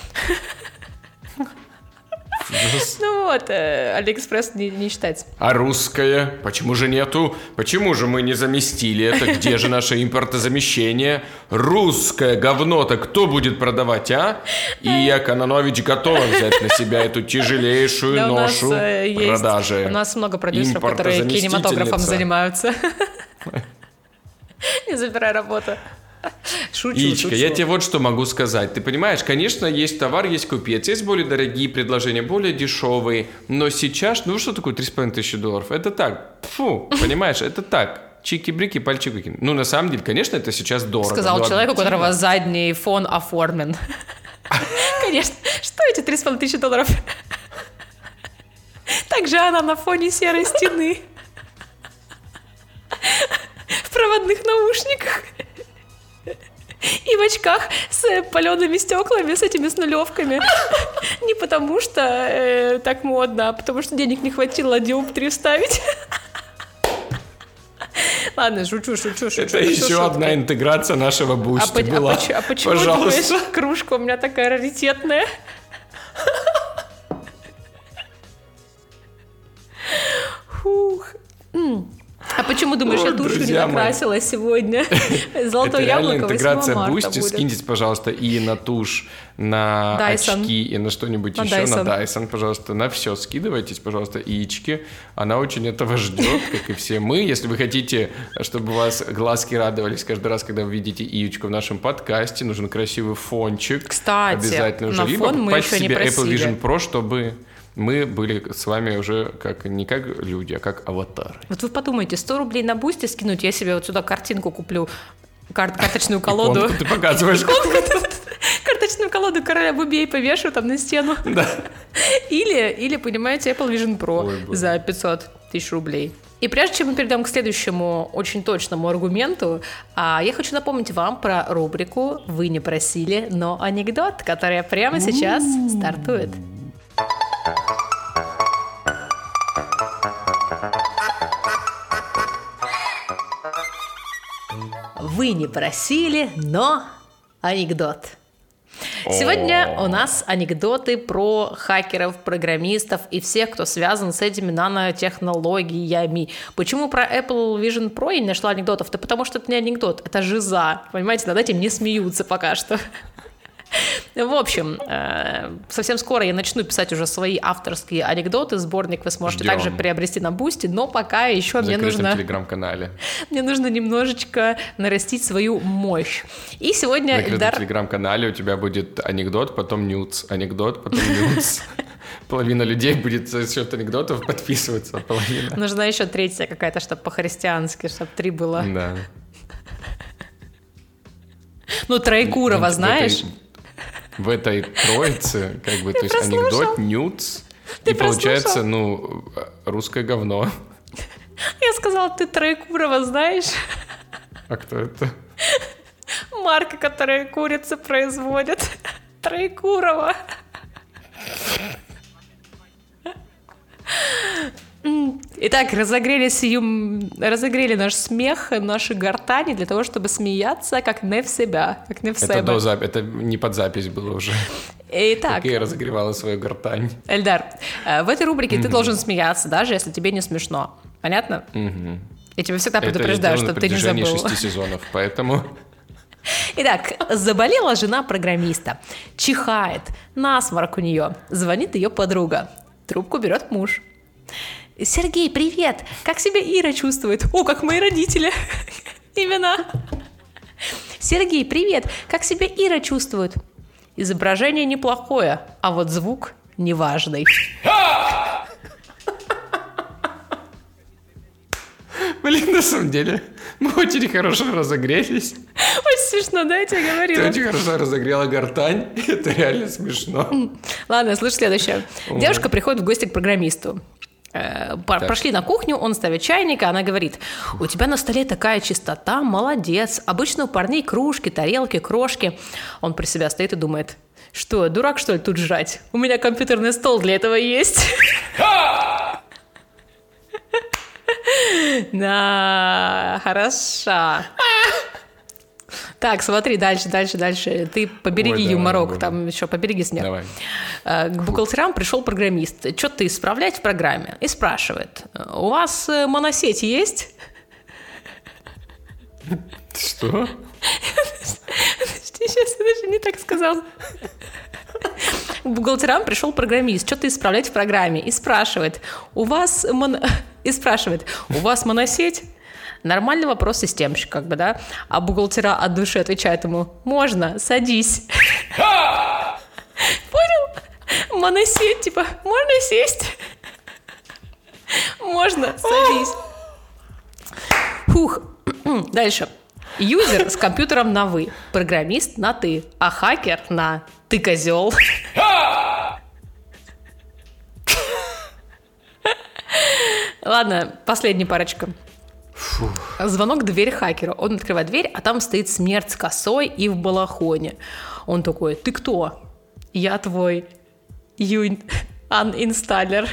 Ну вот, Алиэкспресс не, не считается. А русское? Почему же нету? Почему же мы не заместили это? Где же наше импортозамещение? Русское говно-то кто будет продавать, а? Ия Кононович готова взять на себя эту тяжелейшую да, ношу у нас, э, продажи. Есть. У нас много продюсеров, которые кинематографом занимаются. Не забирай работу. Шучу, Ичка, шучу. я тебе вот что могу сказать. Ты понимаешь, конечно, есть товар, есть купец, есть более дорогие предложения, более дешевые, но сейчас, ну что такое три с половиной тысячи долларов? Это так, фу, понимаешь, это так, чики-брики, пальчики. Ну, на самом деле, конечно, это сейчас дорого. Сказал человек, у которого задний фон оформлен. Конечно, что эти три с половиной тысячи долларов? Также она на фоне серой стены. В проводных наушниках. И в очках с палеными стеклами, с этими с нулевками. Не потому что э, так модно, а потому что денег не хватило диоптрию вставить. Ладно, шучу, шучу, шучу. Это еще шутку. Одна интеграция нашего Бусти а была. А, а почему, пожалуйста. Думаешь, кружка у меня такая раритетная? Фух. А почему, думаешь, О, я душу не накрасила мои. Сегодня? Золотое это яблоко интеграция восьмого марта Бусти. будет. Скиньте, пожалуйста, и на тушь, на Dyson. Очки, и на что-нибудь на еще, Dyson. На Dyson, пожалуйста. На все скидывайтесь, пожалуйста, яички. Она очень этого ждет, как и все мы. Если вы хотите, чтобы у вас глазки радовались каждый раз, когда вы видите яичко в нашем подкасте, нужен красивый фончик. Кстати, обязательно уже. на Либо фон мы еще не просили. Apple Vision Pro, чтобы... мы были с вами уже как не как люди, а как аватары. Вот вы подумайте, сто рублей на Бусти скинуть, я себе вот сюда картинку куплю, кар- карточную колоду. Иконку ты показываешь. Карточную колоду короля Бубей повешу там на стену. Да. Или, или, понимаете, Apple Vision Pro Ой, за пятьсот тысяч рублей. И прежде чем мы перейдем к следующему очень точному аргументу, я хочу напомнить вам про рубрику «Вы не просили, но анекдот», которая прямо сейчас стартует. Вы не просили, но анекдот. Сегодня у нас анекдоты про хакеров, программистов и всех, кто связан с этими нанотехнологиями. Почему про Apple Vision Pro я не нашла анекдотов? Да потому что это не анекдот, это жиза. Понимаете, над этим не смеются пока что. В общем, совсем скоро я начну писать уже свои авторские анекдоты. Сборник вы сможете Ждем. также приобрести на Бусти, но пока еще мне нужно... В телеграм-канале. Мне нужно немножечко нарастить свою мощь. И сегодня... В закрытом Эльдар... телеграм-канале у тебя будет анекдот, потом нюц, анекдот, потом нюц. Половина людей будет за счет анекдотов подписываться, половина. Нужна еще третья какая-то, чтобы по-христиански, чтобы три было. Да. Ну, Троекурова, знаешь? В этой троице, как бы, то есть анекдот, нюц, и получается, ну, русское говно. Я сказала, ты Троекурова знаешь? А кто это? Марка, которая курицы производит. Троекурова. Итак, разогрели, сию... разогрели наш смех, наши гортани для того, чтобы смеяться как не в себя, как не в это себя. До зап... Это не под запись было уже. Итак, как я разогревала свою гортань. Эльдар, в этой рубрике mm-hmm. ты должен смеяться, даже если тебе не смешно. Понятно? Mm-hmm. Я тебя всегда предупреждаю, чтобы ты не забыл. Это шести сезонов, поэтому... Итак, заболела жена программиста, чихает, насморк у нее, звонит ее подруга, трубку берет муж. Сергей, привет! Как себя Ира чувствует? О, как мои родители! Имена! Сергей, привет! Как себя Ира чувствует? Изображение неплохое, а вот звук неважный. Блин, на самом деле, мы очень хорошо разогрелись. Очень смешно, да, я тебе говорила? Ты очень хорошо разогрела гортань, это реально смешно. Ладно, слушай следующее. Девушка приходит в гости к программисту. Так. Прошли на кухню, он ставит чайник, а она говорит: у тебя на столе такая чистота, молодец. Обычно у парней кружки, тарелки, крошки. Он при себя стоит и думает: что, дурак, что ли, тут жрать? У меня компьютерный стол для этого есть. Да, хорошо. Так, смотри, дальше, дальше, дальше. Ты побереги Ой, юморок, давай, там еще побереги смех. Давай. К бухгалтерам пришел программист. Что-то исправлять в программе. И спрашивает: у вас моносеть есть? Что? Сейчас я даже не так сказал. К бухгалтерам пришел программист. Что-то исправлять в программе. И спрашивает: у вас мон... И спрашивает: у вас моносеть? Нормальный вопрос системщик, как бы, да? А бухгалтера от души отвечают ему: можно, садись. Понял? Моносеть, типа, можно сесть? Можно, садись. Фух. Дальше. Юзер с компьютером на «вы», программист на «ты», а хакер на «ты козел». Ладно, последняя парочка. Фу. Звонок в дверь хакеру. Он открывает дверь, а там стоит смерть с косой и в балахоне. Он такой: ты кто? Я твой юн... анинсталлер.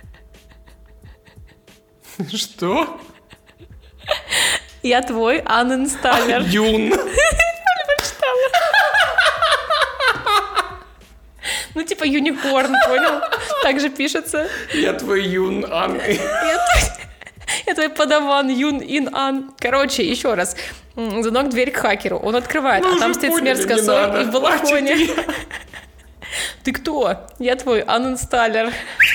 Что? Я твой анинсталлер. Юн. Ну, типа юникорн, понял? Так же пишется. Я твой юн ан. Я твой подаван юн ин ан. Короче, еще раз. Звонок в дверь к хакеру. Он открывает, а там стоит смерть с косой и в балахоне. Ты кто? Я твой анинсталлер.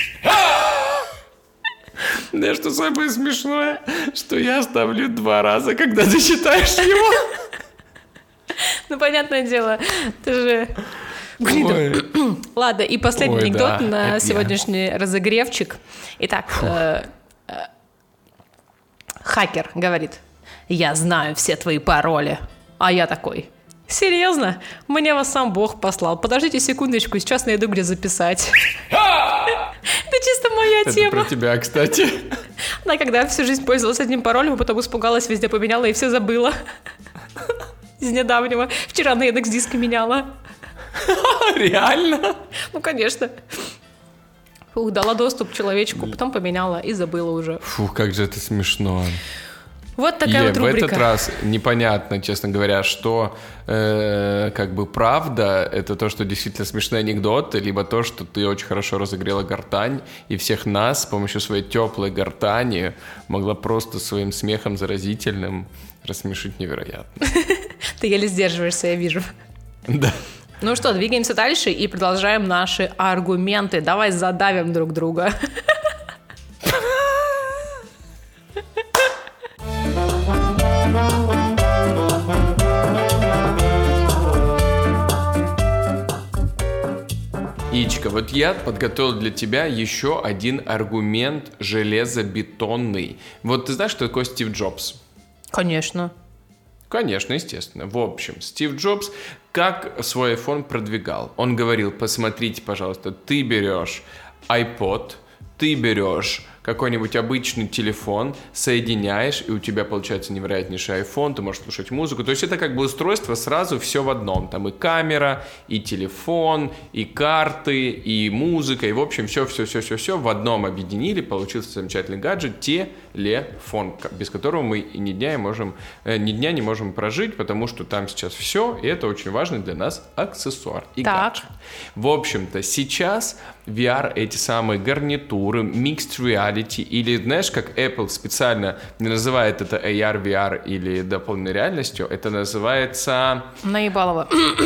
Да, что самое смешное, что я ставлю два раза, когда ты читаешь его. Ну, понятное дело, ты же... Ладно, и последний Ой, анекдот да, на это сегодняшний я. разогревчик. Итак, э, э, хакер говорит: я знаю все твои пароли. А я такой: серьезно? Мне вас сам Бог послал. Подождите секундочку, сейчас найду, где записать. Это чисто моя Это тема. про тебя, кстати. Да, когда я всю жизнь пользовалась одним паролем, а потом испугалась, везде поменяла и все забыла. Из недавнего. Вчера на Яндекс.Диске меняла. Реально? Ну, конечно. Фух, дала доступ человечку, потом поменяла и забыла уже. Фух, как же это смешно. Вот такая Е, вот рубрика. В этот раз непонятно, честно говоря, что э, как бы правда, это то, что действительно смешные анекдоты, либо то, что ты очень хорошо разогрела гортань, и всех нас с помощью своей теплой гортани могла просто своим смехом заразительным рассмешить невероятно. Ты еле сдерживаешься, я вижу. Да. Ну что, двигаемся дальше и продолжаем наши аргументы. Давай задавим друг друга. Ичка, вот я подготовил для тебя еще один аргумент железобетонный. Вот ты знаешь, что такое Стив Джобс? Конечно. Конечно, естественно. В общем, Стив Джобс как свой iPhone продвигал? Он говорил: посмотрите, пожалуйста, ты берешь iPod, ты берешь какой-нибудь обычный телефон, соединяешь, и у тебя получается невероятнейший iPhone, ты можешь слушать музыку. То есть это как бы устройство сразу все в одном. Там и камера, и телефон, и карты, и музыка, и в общем все-все-все-все-все в одном объединили. Получился замечательный гаджет, телефон, без которого мы и ни дня, можем, ни дня не можем прожить, потому что там сейчас все, и это очень важный для нас аксессуар и так. гаджет. В общем-то, сейчас ви ар, эти самые гарнитуры, mixed reality, или, знаешь, как Apple специально не называет это эй ар, ви ар или дополненной реальностью, это называется... Наебалово.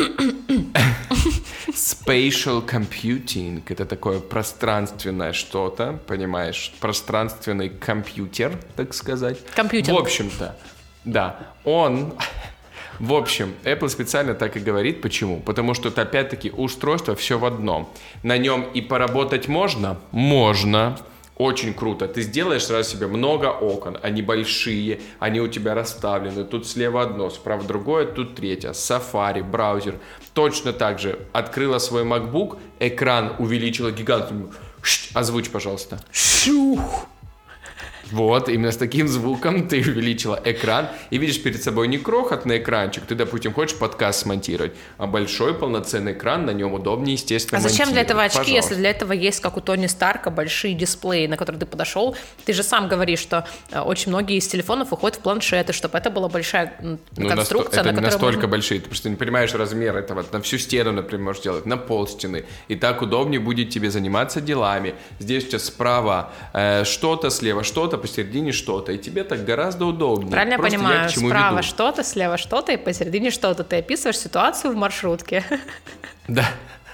Spatial computing. Это такое пространственное что-то, понимаешь? Пространственный компьютер, так сказать. Компьютинг. В общем-то, да, он... В общем, Apple специально так и говорит. Почему? Потому что это, опять-таки, устройство все в одном. На нем и поработать можно? Можно. Очень круто. Ты сделаешь сразу себе много окон. Они большие, они у тебя расставлены. Тут слева одно, справа другое, тут третье. Safari, браузер. Точно так же. Открыла свой MacBook, экран увеличила гигантом. Озвучь, пожалуйста. Шух. Вот, именно с таким звуком ты увеличила экран и видишь перед собой не крохотный экранчик, ты, допустим, хочешь подкаст смонтировать, а большой полноценный экран, на нем удобнее, естественно, А зачем для этого очки, Пожалуйста. если для этого есть, как у Тони Старка, большие дисплеи, на которые ты подошел? Ты же сам говоришь, что очень многие из телефонов уходят в планшеты, чтобы это была большая ну, конструкция, это на не настолько можно... большие, ты просто не понимаешь размер этого. На всю стену, например, можешь делать, на пол стены. И так удобнее будет тебе заниматься делами. Здесь сейчас справа э, что-то, слева что-то, посередине что-то. И тебе так гораздо удобнее. Правильно я Просто понимаю, я к чему справа веду. что-то, слева что-то, и посередине что-то. Ты описываешь ситуацию в маршрутке. Да.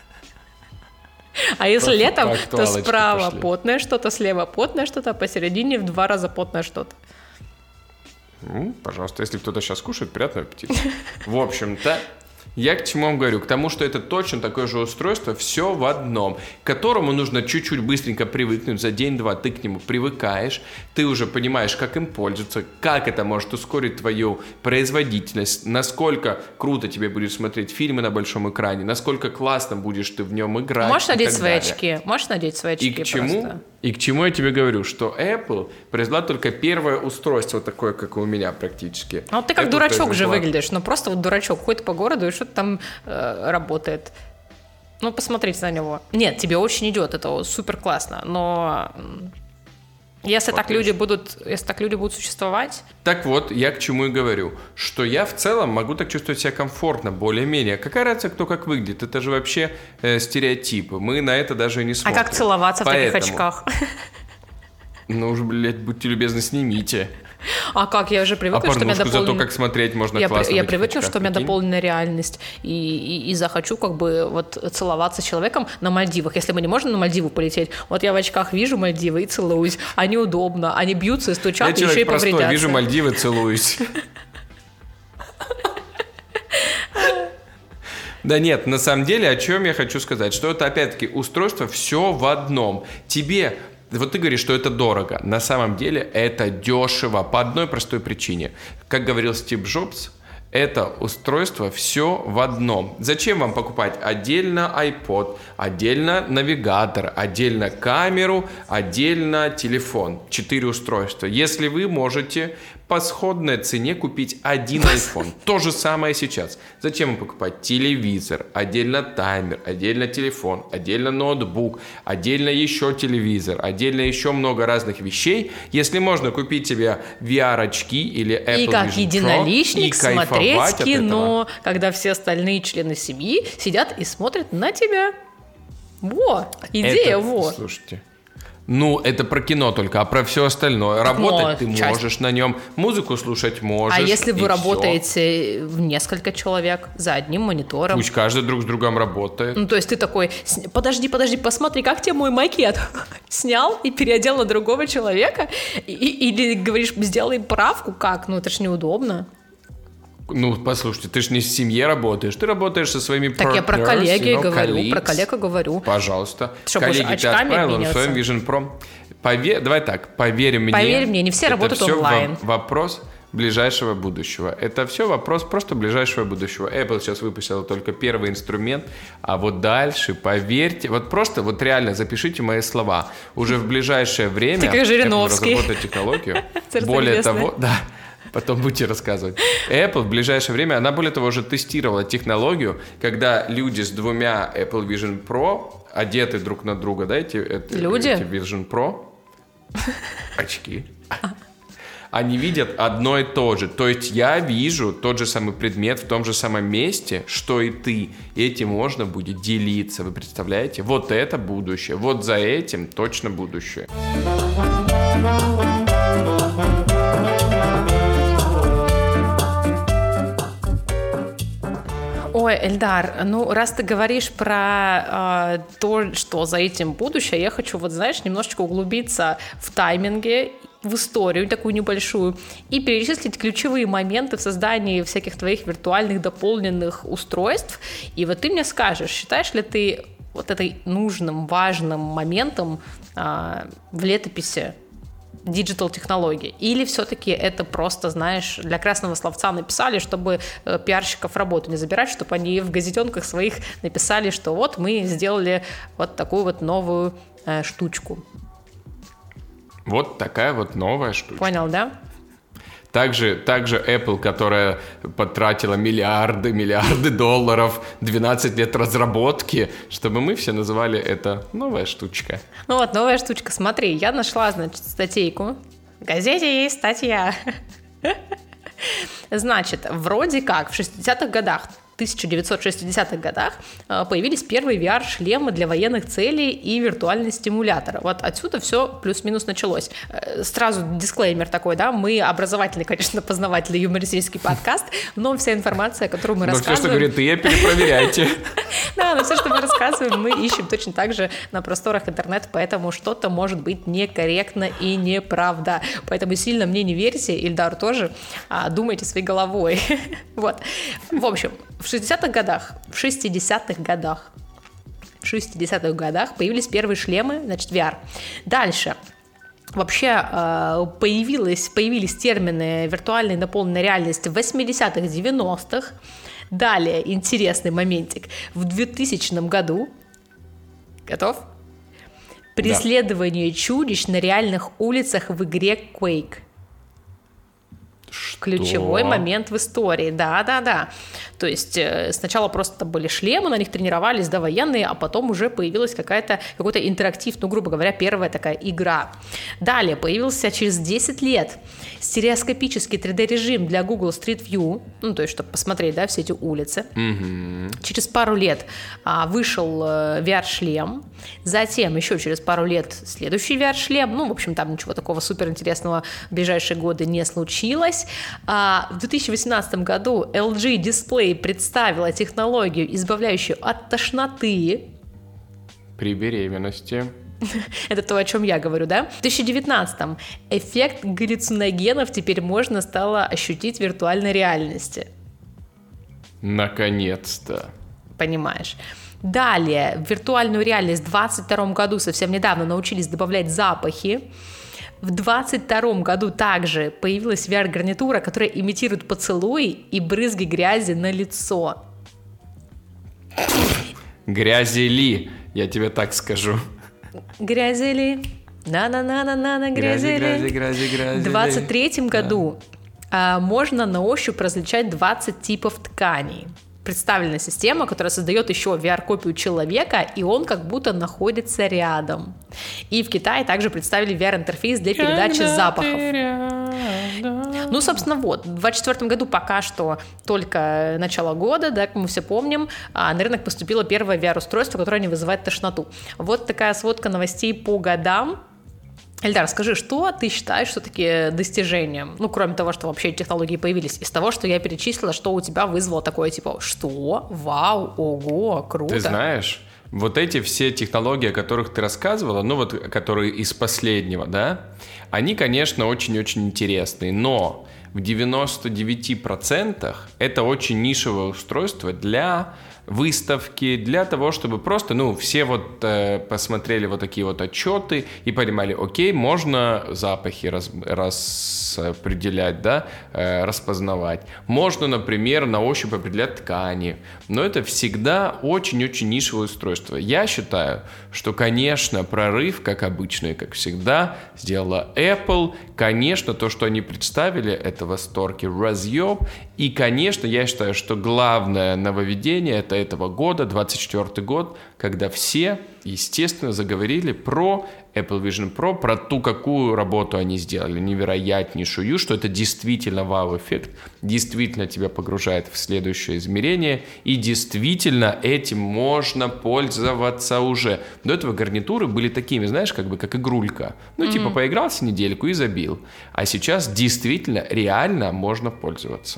А если Просто летом, по то актуалочке справа пошли. потное что-то, слева потное что-то, а посередине в два раза потное что-то. Ну, пожалуйста, если кто-то сейчас кушает, приятного аппетита. В общем-то, Я к чему вам говорю? К тому, что это точно такое же устройство, все в одном, к которому нужно чуть-чуть быстренько привыкнуть, за день-два ты к нему привыкаешь, ты уже понимаешь, как им пользоваться, как это может ускорить твою производительность, насколько круто тебе будет смотреть фильмы на большом экране, насколько классно будешь ты в нем играть. Можешь надеть свои очки? Можешь надеть свои очки? И к чему? Просто? И к чему я тебе говорю, что Apple произвела только первое устройство такое, как у меня практически. А вот ты как Apple дурачок произвела... же выглядишь, ну просто вот дурачок ходит по городу и что-то там э, работает. Ну посмотрите на него. Нет, тебе очень идет, это супер классно, но если так люди будут, если так люди будут существовать. Так вот, я к чему и говорю, что я в целом могу так чувствовать себя комфортно, более-менее. Какая разница, кто как выглядит? Это же вообще э, стереотипы. Мы на это даже не смотрим. А как целоваться Поэтому... в таких очках? Ну уж, блядь, будьте любезны, снимите. А как? Я уже привыкла, а что у меня дополненная... за то, как смотреть можно я классно. При... Я привыкла, очках, что у меня прикинь? дополненная реальность. И, и, и захочу как бы вот целоваться с человеком на Мальдивах. Если мы не можем на Мальдивы полететь, вот я в очках вижу Мальдивы и целуюсь. Они удобно, они бьются и стучат, я и еще и простой, повредятся. Вижу Мальдивы, целуюсь. Да нет, на самом деле, о чем я хочу сказать, что это опять-таки устройство все в одном. Тебе... Вот ты говоришь, что это дорого. На самом деле это дешево по одной простой причине. Как говорил Стив Джобс, это устройство все в одном. Зачем вам покупать отдельно iPod, отдельно навигатор, отдельно камеру, отдельно телефон? Четыре устройства. Если вы можете по сходной цене купить один iPhone. То же самое сейчас. Зачем вам покупать телевизор, отдельно таймер, отдельно телефон, отдельно ноутбук, отдельно еще телевизор, отдельно еще много разных вещей, если можно купить себе ви ар-очки или Apple и как Vision единоличник Pro, и смотреть кино, этого. когда все остальные члены семьи сидят и смотрят на тебя. Во, идея, это, во. Слушайте. Ну, это про кино только, а про все остальное. Работать Но ты часть... можешь на нем, музыку слушать можешь. А если вы и работаете все. в несколько человек за одним монитором? Пусть каждый друг с другом работает. Ну, то есть ты такой, подожди, подожди, посмотри, как тебе мой макет снял и переодел на другого человека? И, или говоришь, сделай правку, как? Ну, это ж неудобно. Ну, послушайте, ты же не в семье работаешь, ты работаешь со своими partners. Так я про коллеги you know, говорю, colleagues. про коллег говорю. Пожалуйста. Что, коллеги, ты отправил на обмениваться? своем Vision Pro. Пове... Давай так, поверь мне. Поверь мне, не все это работают все онлайн. В- вопрос ближайшего будущего. Это все вопрос просто ближайшего будущего. Apple сейчас выпустила только первый инструмент, а вот дальше, поверьте, вот просто, вот реально запишите мои слова. Уже в ближайшее время Ты как Жириновский. Apple разработает технологию. Более того, да, потом будете рассказывать. Apple в ближайшее время, она более того уже тестировала технологию, когда люди с двумя Apple Vision Pro одеты друг на друга, да, эти, эти, люди? эти Vision Pro, очки, они видят одно и то же. То есть я вижу тот же самый предмет в том же самом месте, что и ты. И этим можно будет делиться. Вы представляете? Вот это будущее. Вот за этим точно будущее. Ой, Эльдар, ну раз ты говоришь про э, то, что за этим будущее, я хочу, вот знаешь, немножечко углубиться в тайминге, в историю такую небольшую и перечислить ключевые моменты в создании всяких твоих виртуальных дополненных устройств. И вот ты мне скажешь, считаешь ли ты вот этой нужным, важным моментом э, в летописи диджитал-технологий? Или все-таки это просто, знаешь, для красного словца написали, чтобы э, пиарщиков работу не забирать, чтобы они в газетенках своих написали, что вот мы сделали вот такую вот новую э, штучку. Вот такая вот новая штука. Понял, да? Также, также Apple, которая потратила миллиарды, миллиарды долларов, двенадцать лет разработки, чтобы мы все называли это новая штучка. Ну вот, новая штучка. Смотри, я нашла, значит, статейку. В газете есть статья. Значит, вроде как в шестидесятых годах, тысяча девятьсот шестидесятых годах появились первые ви ар-шлемы для военных целей и виртуальные стимуляторы. Вот отсюда все плюс-минус началось. Сразу дисклеймер такой, да, мы образовательный, конечно, познавательный юмористический подкаст, но вся информация, которую мы но рассказываем... все, что говорит Ия, перепроверяйте. Да, но все, что мы рассказываем, мы ищем точно так же на просторах интернета, поэтому что-то может быть некорректно и неправда. Поэтому сильно мне не верьте, Ильдару тоже, а думайте своей головой. Вот. В общем, В шестидесятых годах, в шестидесятых годах, в шестидесятых годах появились первые шлемы, значит, ви ар. Дальше. Вообще появилось, появились термины виртуальной дополненной реальности в восьмидесятых, девяностых. Далее, интересный моментик. В двухтысячном году, готов? Преследование да. чудищ на реальных улицах в игре Quake. Что? Ключевой момент в истории, да-да-да. То есть э, сначала просто были шлемы, на них тренировались, да, военные, а потом уже появилась какая-то, какой-то интерактив, ну, грубо говоря, первая такая игра. Далее появился через десять лет стереоскопический три дэ-режим для Google Street View, ну, то есть, чтобы посмотреть, да, все эти улицы. Mm-hmm. Через пару лет а, вышел э, ви ар-шлем, затем еще через пару лет следующий ви ар-шлем, ну, в общем, там ничего такого суперинтересного в ближайшие годы не случилось. А, в две тысячи восемнадцатом году эл джи Display представила технологию, избавляющую от тошноты. При беременности. Это то, о чем я говорю, да? В две тысячи девятнадцатом эффект галлюциногенов теперь можно стало ощутить в виртуальной реальности. Наконец-то. Понимаешь. Далее, в виртуальную реальность в двадцать втором году, совсем недавно, научились добавлять запахи. В двадцать втором году также появилась ви ар-гарнитура, которая имитирует поцелуи и брызги грязи на лицо. Грязи ли, я тебе так скажу. Грязи ли, на-на-на-на-на, грязи ли. Грязи, грязи, грязи. В двадцать третьем году да. а, можно на ощупь различать двадцать типов тканей. Представлена система, которая создает еще ви ар-копию человека, и он как будто находится рядом. И в Китае также представили ви ар-интерфейс для передачи Когда запахов. Ну, собственно, вот, в двадцать четвёртом году пока что только начало года, да, как мы все помним, на рынок поступило первое ви ар-устройство, которое не вызывает тошноту. Вот такая сводка новостей по годам. Эльдар, скажи, что ты считаешь все-таки достижением? Ну, кроме того, что вообще технологии появились, из того, что я перечислила, что у тебя вызвало такое, типа, что? Вау, ого, круто. Ты знаешь, вот эти все технологии, о которых ты рассказывала, ну, вот, которые из последнего, да, они, конечно, очень-очень интересные, но в девяноста девяти процентах это очень нишевое устройство для выставки, для того, чтобы просто, ну, все вот э, посмотрели вот такие вот отчеты и понимали, окей, можно запахи раз, распределять, да, э, распознавать. Можно, например, на ощупь определять ткани, но это всегда очень-очень нишевое устройство. Я считаю, что, конечно, прорыв, как обычно и как всегда, сделала Apple. Конечно, то, что они представили, это восторг и разъеб. И, конечно, я считаю, что главное нововведение это этого года, двадцать четвёртый год, когда все, естественно, заговорили про Apple Vision Pro, про ту, какую работу они сделали, невероятнейшую, что это действительно вау-эффект, действительно тебя погружает в следующее измерение, и действительно этим можно пользоваться уже. До этого гарнитуры были такими, знаешь, как бы как игрулька. Ну, mm-hmm. типа поигрался недельку и забил. А сейчас действительно реально можно пользоваться.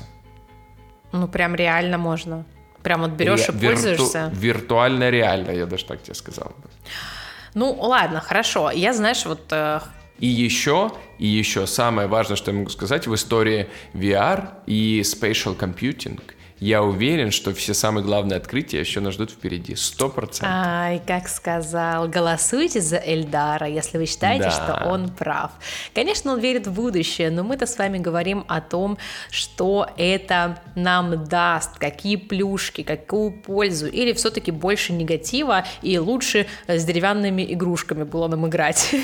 Ну, прям реально можно. Прям вот берешь Ре- и пользуешься. Вирту- виртуально реально, я даже так тебе сказал. Ну, ладно, хорошо. Я, знаешь, вот... Э... И еще, и еще самое важное, что я могу сказать, в истории ви ар и Spatial Computing, я уверен, что все самые главные открытия еще нас ждут впереди, сто процентов. Ай, как сказал, голосуйте за Эльдара, если вы считаете, да. что он прав. Конечно, он верит в будущее, но мы-то с вами говорим о том, что это нам даст, какие плюшки, какую пользу, или все-таки больше негатива, и лучше с деревянными игрушками было нам играть.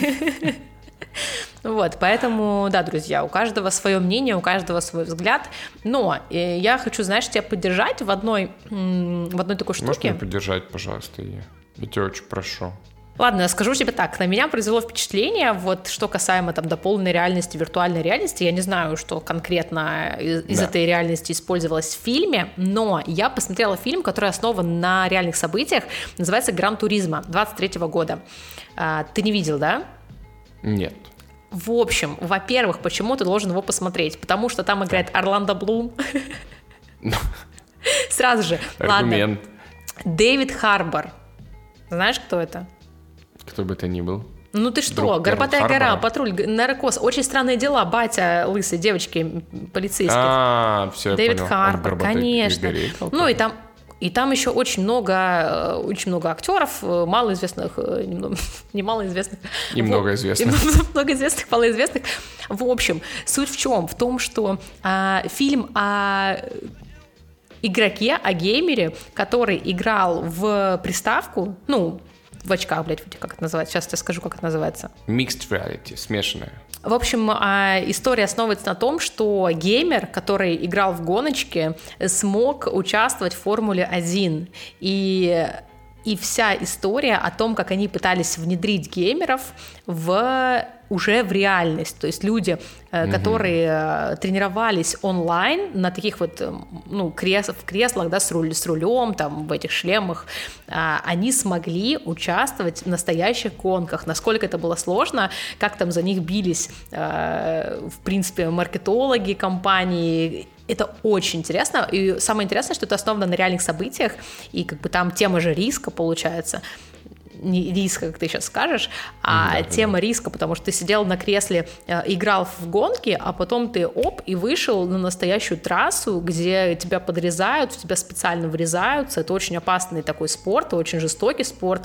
Вот, поэтому, да, друзья, у каждого свое мнение, у каждого свой взгляд, но э, я хочу, знаешь, тебя поддержать в одной, м- в одной такой штуке. Можешь меня поддержать, пожалуйста, я? Я тебя очень прошу. Ладно, скажу тебе так, на меня произвело впечатление, вот что касаемо там дополненной реальности, виртуальной реальности, я не знаю, что конкретно из, из да. этой реальности использовалось в фильме, но я посмотрела фильм, который основан на реальных событиях, называется «Гран Туризмо» двадцать третьего года. А, ты не видел, да? Нет. В общем, во-первых, почему ты должен его посмотреть? Потому что там играет Орландо Блум. Сразу же. Аргумент. Ладно. Дэвид Харбор. Знаешь, кто это? Кто бы это ни был. Ну ты что, Друг «Горбатая Перл гора», Харбора. «Патруль», «Наркоз», «Очень странные дела», батя лысой девочки полицейской. А, все, я Дэвид понял. Харбор, От «Горбатой конечно. горе». Ну и там, и там еще очень много, очень много актеров, малоизвестных, немного, не малоизвестных. И много известных. И много известных, малоизвестных. В общем, суть в чем? В том, что а, фильм о игроке, о геймере, который играл в приставку, ну, в очках, блядь, как это называется? Сейчас я скажу, как это называется. Mixed reality, смешанная. В общем, история основывается на том, что геймер, который играл в гоночки, смог участвовать в Формуле один. И, и вся история о том, как они пытались внедрить геймеров в уже в реальность. То есть люди, mm-hmm. которые тренировались онлайн на таких вот, ну, крес- в креслах, да, с, руль- с рулем, там, в этих шлемах, они смогли участвовать в настоящих гонках. Насколько это было сложно, как там за них бились, в принципе, маркетологи компании. Это очень интересно. И самое интересное, что это основано на реальных событиях, и как бы там тема же риска получается. Не риска, как ты сейчас скажешь, а да, тема да. риска, потому что ты сидел на кресле, э, играл в гонки, а потом ты оп, и вышел на настоящую трассу, где тебя подрезают, в тебя специально врезаются. Это очень опасный такой спорт, очень жестокий спорт.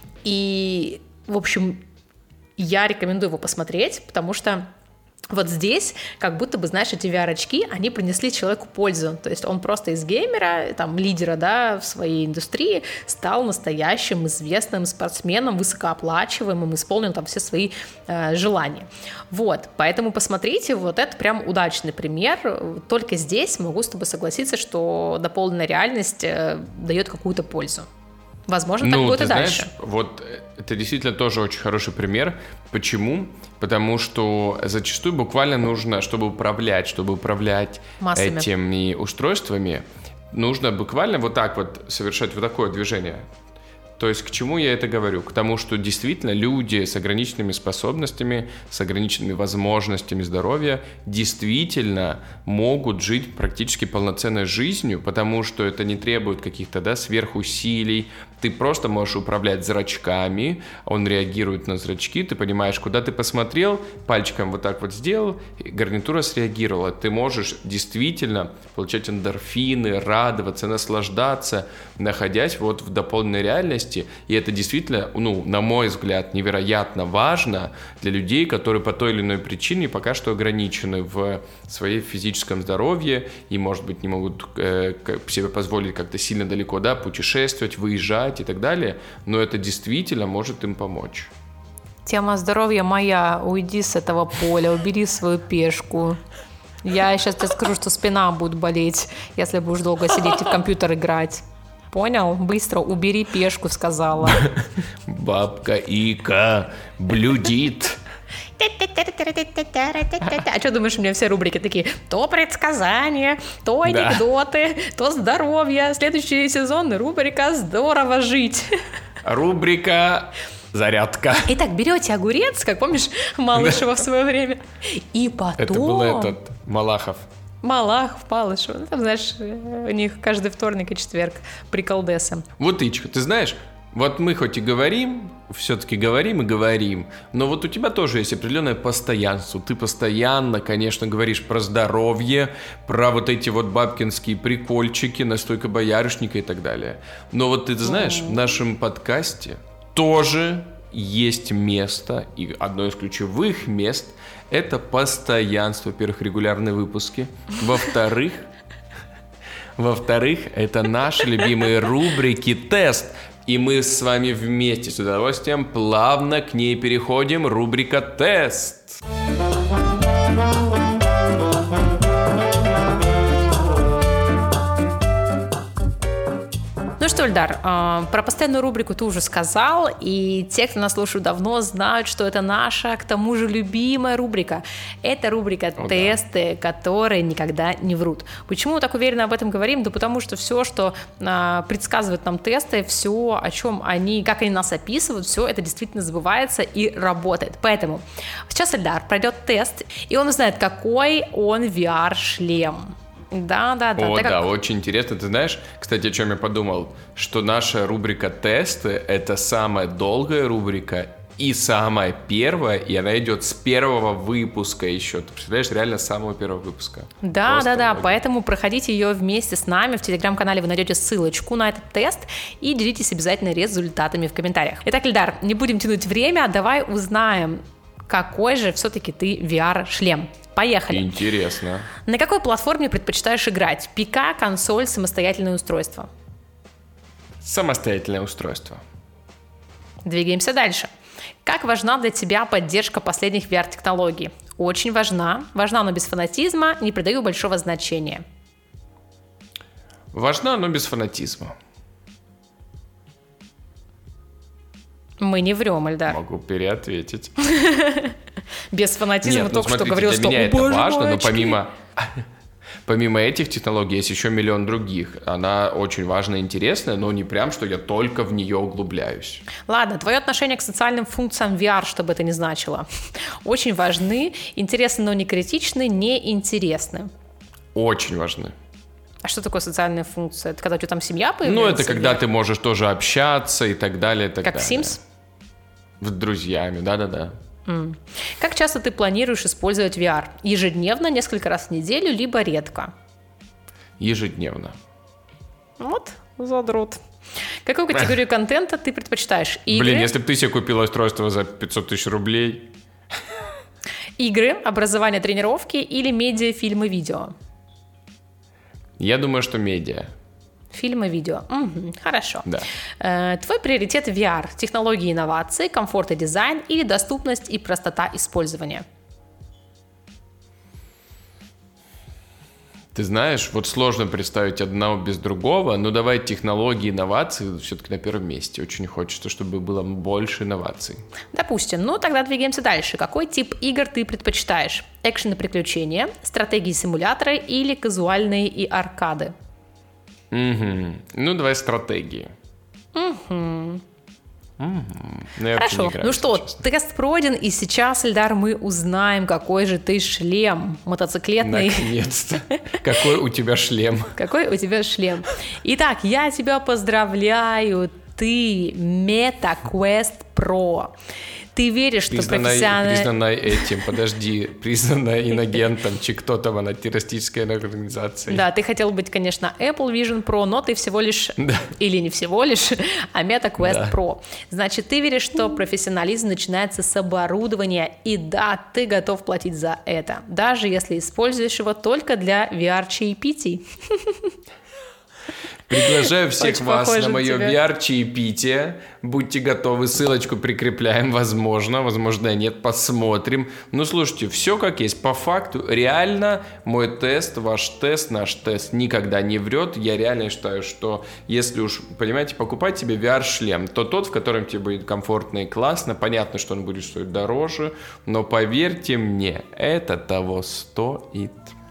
И, в общем, я рекомендую его посмотреть, потому что вот здесь, как будто бы, знаешь, эти ви ар-очки, они принесли человеку пользу. То есть он просто из геймера, там, лидера, да, в своей индустрии стал настоящим известным спортсменом, высокооплачиваемым, исполнил там все свои э, желания. Вот, поэтому посмотрите, вот это прям удачный пример. Только здесь могу с тобой согласиться, что дополненная реальность э, дает какую-то пользу. Возможно, так ну, будет ты и знаешь, дальше. Вот это действительно тоже очень хороший пример. Почему? Потому что зачастую буквально нужно, чтобы управлять, чтобы управлять Массами. Этими устройствами, нужно буквально вот так вот совершать вот такое движение. То есть к чему я это говорю? К тому, что действительно люди с ограниченными способностями, с ограниченными возможностями здоровья действительно могут жить практически полноценной жизнью, потому что это не требует каких-то, да, сверхусилий. Ты просто можешь управлять зрачками, он реагирует на зрачки, ты понимаешь, куда ты посмотрел, пальчиком вот так вот сделал, и гарнитура среагировала. Ты можешь действительно получать эндорфины, радоваться, наслаждаться, находясь вот в дополненной реальности. И это действительно, ну, на мой взгляд, невероятно важно для людей, которые по той или иной причине пока что ограничены в своем физическом здоровье и, может быть, не могут э, себе позволить как-то сильно далеко, да, путешествовать, выезжать и так далее, но это действительно может им помочь. Тема здоровья моя. Уйди с этого поля, убери свою пешку. Я сейчас тебе скажу, что спина будет болеть, если будешь долго сидеть и в компьютер играть. Понял? Быстро убери пешку, сказала. Бабка Ика блюдит. А что думаешь, у меня все рубрики такие: то предсказания, то анекдоты, да. то здоровье. Следующий сезон рубрика «Здорово жить». Рубрика «Зарядка». Итак, берете огурец, как помнишь Малышева в свое время, и потом... Это был этот, Малахов. Малахов, Малышев. Ну, там, знаешь, у них каждый вторник и четверг приколдесы. Вот, Ичка, ты знаешь, вот мы хоть и говорим, все-таки говорим и говорим, но вот у тебя тоже есть определенное постоянство. Ты постоянно, конечно, говоришь про здоровье, про вот эти вот бабкинские прикольчики, настойка боярышника и так далее. Но вот ты знаешь, mm-hmm. в нашем подкасте тоже есть место, и одно из ключевых мест – это постоянство. Во-первых, регулярные выпуски. Во-вторых, во-вторых, это наши любимые рубрики «Тест». И мы с вами вместе с удовольствием плавно к ней переходим. Рубрика «Тест». Ну что, Эльдар, про постоянную рубрику ты уже сказал, и те, кто нас слушают давно, знают, что это наша, к тому же, любимая рубрика. Это рубрика О, «Тесты», да. которые никогда не врут. Почему мы так уверенно об этом говорим? Да потому что все, что а, предсказывают нам тесты, все, о чем они, как они нас описывают, все это действительно сбывается и работает. Поэтому сейчас Эльдар пройдет тест, и он узнает, какой он ви ар-шлем. Да, да, да. О, да, как... очень интересно. Ты знаешь, кстати, о чем я подумал? Что наша рубрика «Тесты» — это самая долгая рубрика И самая первая, и она идет с первого выпуска еще. Ты представляешь, реально с самого первого выпуска. Да, Просто да, да, много. поэтому проходите ее вместе с нами. В телеграм-канале вы найдете ссылочку на этот тест и делитесь обязательно результатами в комментариях. Итак, Эльдар, не будем тянуть время, давай узнаем, какой же все-таки ты ви ар-шлем. Поехали. Интересно. На какой платформе предпочитаешь играть? ПК, консоль, самостоятельное устройство? Самостоятельное устройство. Двигаемся дальше. Как важна для тебя поддержка последних ви ар-технологий? Очень важна. Важна, но без фанатизма, не придаю большого значения. Важна, но без фанатизма. Мы не врем, Эльдар. Могу переответить. Без фанатизма. Нет, только ну, что смотрите, говорил, для что меня «О, это боже важно, мой, но очки». помимо, помимо этих технологий есть еще миллион других. Она очень важная и интересная, но не прям, что я только в нее углубляюсь. Ладно, твое отношение к социальным функциям ви ар, что бы это ни значило, очень важны, интересны, но не критичны, не интересны. Очень важны. А что такое социальная функция? Это когда у тебя там семья появляется? Ну, это когда ты можешь тоже общаться и так далее. И так Как в далее. Sims? С друзьями, да-да-да. Mm. Как часто ты планируешь использовать ви ар? Ежедневно, несколько раз в неделю, либо редко? Ежедневно. Вот, задрот. Какую категорию контента ты предпочитаешь? Игры, Блин, если бы ты себе купила устройство за пятьсот тысяч рублей... игры, образование, тренировки или медиа, фильмы, видео? Я думаю, что медиа. Фильмы, видео. Мгм, хорошо. Да. Э, твой приоритет ви ар? Технологии и инновации, комфорт и дизайн или доступность и простота использования? Ты знаешь, вот сложно представить одного без другого, но давай технологии, инновации все-таки на первом месте. Очень хочется, чтобы было больше инноваций. Допустим. Ну, тогда двигаемся дальше. Какой тип игр ты предпочитаешь? Экшен и приключения, стратегии, симуляторы или казуальные и аркады? Угу. Ну, давай стратегии. Угу. Угу. Ну, я вообще не Хорошо. играю, Ну если что, честно. тест пройден, и сейчас, Эльдар, мы узнаем, какой же ты шлем мотоциклетный. Наконец-то. Какой у тебя шлем? Какой у тебя шлем? Итак, я тебя поздравляю. Ты MetaQuest Pro. Ты веришь, что Признанной, профессионально... признанной этим, подожди, признанной инагентом, чи кто там она, террористической организацией. Да, ты хотел быть, конечно, Apple Vision Pro, но ты всего лишь, Да. или не всего лишь, а MetaQuest Да. Pro. Значит, ты веришь, что профессионализм начинается с оборудования, и да, ты готов платить за это, даже если используешь его только для ви ар-чаепитий. Приглашаю всех Очень вас похоже на на мое тебя. ви ар-чаепитие. Будьте готовы, ссылочку прикрепляем, возможно, возможно и нет, посмотрим. Ну, слушайте, все как есть. По факту, реально, мой тест, ваш тест, наш тест никогда не врет. Я реально считаю, что если уж, понимаете, покупать себе ви ар-шлем, то тот, в котором тебе будет комфортно и классно. Понятно, что он будет стоить дороже, но поверьте мне, это того стоит.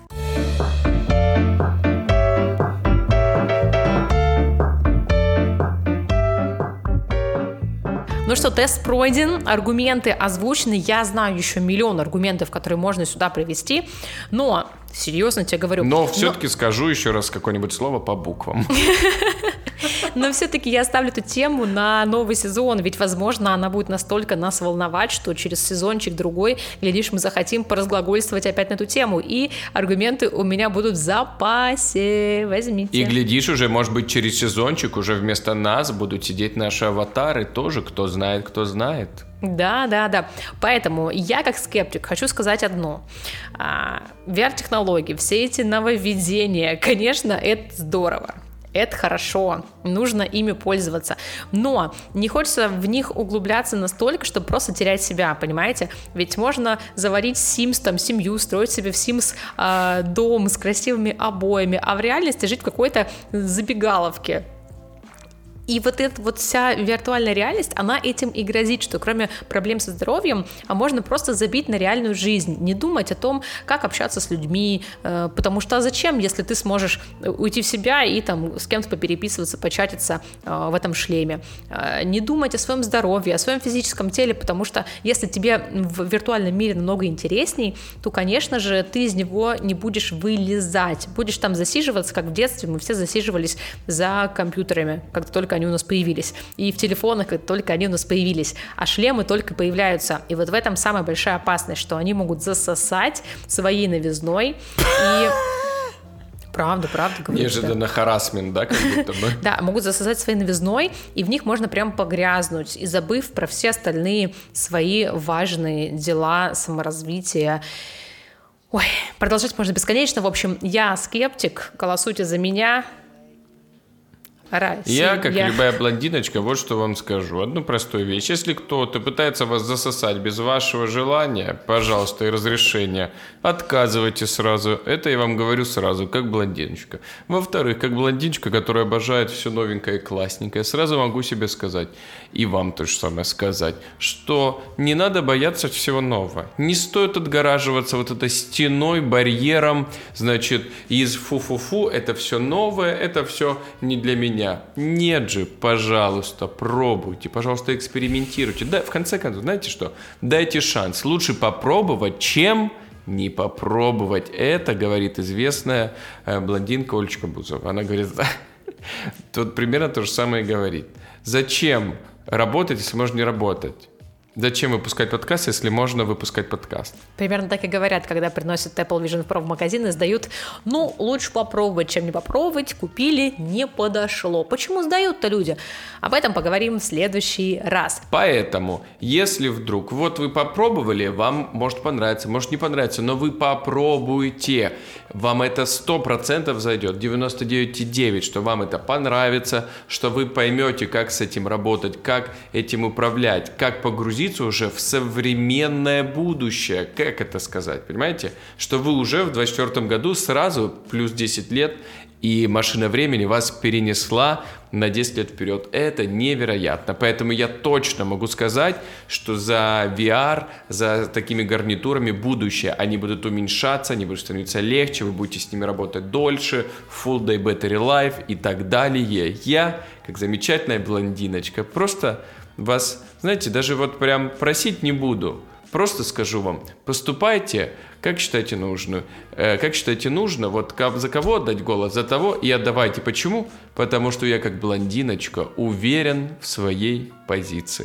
Ну что, тест пройден, аргументы озвучены, я знаю еще миллион аргументов, которые можно сюда привести, но, серьезно тебе говорю... Но все-таки скажу еще раз какое-нибудь слово по буквам. Но все-таки я оставлю эту тему на новый сезон, ведь, возможно, она будет настолько нас волновать, что через сезончик другой, глядишь, мы захотим поразглагольствовать опять на эту тему, и аргументы у меня будут в запасе, возьмите. И глядишь уже, может быть, через сезончик уже вместо нас будут сидеть наши аватары тоже, кто знает, кто знает. Да, да, да. Поэтому я, как скептик, хочу сказать одно. А, ви ар-технологии, все эти нововведения, конечно, это здорово. Это хорошо, нужно ими пользоваться, но не хочется в них углубляться настолько, чтобы просто терять себя, понимаете? Ведь можно заварить Sims, там, семью, строить себе в Sims э, дом с красивыми обоями, а в реальности жить в какой-то забегаловке. И вот эта вот вся виртуальная реальность, она этим и грозит, что кроме проблем со здоровьем, а можно просто забить на реальную жизнь, не думать о том, как общаться с людьми, э, потому что а зачем, если ты сможешь уйти в себя и там с кем-то попереписываться, початиться э, в этом шлеме. Э, не думать о своем здоровье, о своем физическом теле, потому что если тебе в виртуальном мире намного интересней, то, конечно же, ты из него не будешь вылезать, будешь там засиживаться, как в детстве мы все засиживались за компьютерами, когда только только они у нас появились, и в телефонах, как только они у нас появились, а шлемы только появляются. И вот в этом самая большая опасность, что они могут засосать своей новизной и... Правда, правда. Говорю, неожиданно харассмент, да, как будто бы. Да, могут засосать своей новизной, и в них можно прям погрязнуть, и забыв про все остальные свои важные дела саморазвития. Ой, продолжать можно бесконечно. В общем, я скептик, голосуйте за меня. Россия. Я, как любая блондиночка, вот что вам скажу. Одну простую вещь. Если кто-то пытается вас засосать без вашего желания, пожалуйста, и разрешения, отказывайте сразу. Это я вам говорю сразу, как блондиночка. Во-вторых, как блондиночка, которая обожает все новенькое и классненькое, сразу могу себе сказать, и вам то же самое сказать, что не надо бояться всего нового. Не стоит отгораживаться вот этой стеной, барьером, значит, из фу-фу-фу, это все новое, это все не для меня. Нет же, пожалуйста, пробуйте, пожалуйста, экспериментируйте. Да, в конце концов, знаете что? Дайте шанс. Лучше попробовать, чем не попробовать. Это говорит известная э, блондинка Олечка Бузова. Она говорит, тут примерно то же самое говорит. Зачем работать, если можно не работать? Зачем выпускать подкаст, если можно выпускать подкаст? Примерно так и говорят, когда приносят Apple Vision Pro в магазин и сдают. Ну, лучше попробовать, чем не попробовать. Купили, не подошло. Почему сдают-то люди? Об этом поговорим в следующий раз. Поэтому, если вдруг вот вы попробовали, вам может понравиться, может не понравиться, но вы попробуйте. Вам это сто процентов зайдет, девяносто девять целых девять десятых, что вам это понравится, что вы поймете, как с этим работать, как этим управлять, как погрузиться уже в современное будущее. Как это сказать, понимаете? Что вы уже в двадцать четвёртом году сразу плюс десять лет, и машина времени вас перенесла на десять лет вперед. Это невероятно. Поэтому я точно могу сказать, что за ви ар, за такими гарнитурами будущее. Они будут уменьшаться, они будут становиться легче, вы будете с ними работать дольше, full day battery life и так далее. Я, как замечательная блондиночка, просто вас, знаете, даже вот прям просить не буду. Просто скажу вам, поступайте, как считаете нужно. Э, как считаете нужно, вот за кого отдать голос, за того и отдавайте. Почему? Потому что я, как блондиночка, уверен в своей позиции.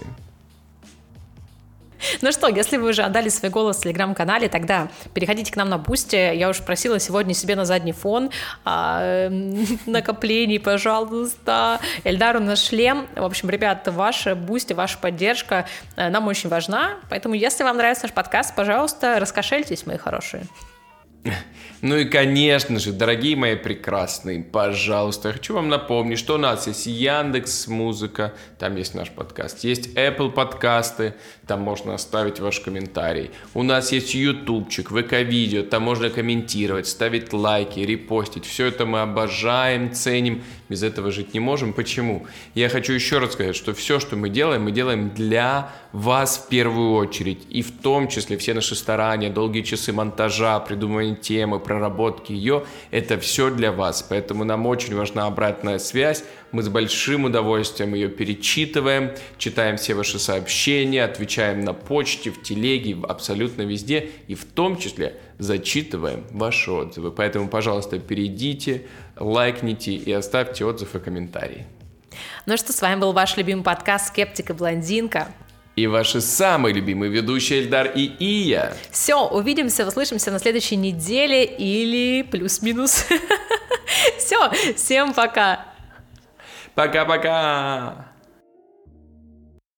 Ну что, если вы уже отдали свой голос в телеграм-канале, тогда переходите к нам на Бусти. Я уже просила сегодня себе на задний фон а, накоплений, пожалуйста. Эльдару на шлем. В общем, ребята, ваша Бусти, ваша поддержка нам очень важна. Поэтому, если вам нравится наш подкаст, пожалуйста, раскошельтесь, мои хорошие. Ну и, конечно же, дорогие мои прекрасные, пожалуйста, я хочу вам напомнить, что у нас есть Яндекс.Музыка, там есть наш подкаст, есть Apple подкасты, там можно оставить ваш комментарий. У нас есть ютубчик, ВК-видео, там можно комментировать, ставить лайки, репостить. Все это мы обожаем, ценим, без этого жить не можем. Почему? Я хочу еще раз сказать, что все, что мы делаем, мы делаем для вас в первую очередь. И в том числе все наши старания, долгие часы монтажа, придумывания темы, проработки ее, это все для вас. Поэтому нам очень важна обратная связь. Мы с большим удовольствием ее перечитываем, читаем все ваши сообщения, отвечаем на почте, в телеге, абсолютно везде. И в том числе зачитываем ваши отзывы. Поэтому, пожалуйста, перейдите, лайкните и оставьте отзыв и комментарий. Ну что, с вами был ваш любимый подкаст «Скептик и блондинка». И ваши самые любимые ведущие Эльдар и Ия. Все, увидимся, услышимся на следующей неделе или плюс-минус. Все, всем пока. Пока-пока.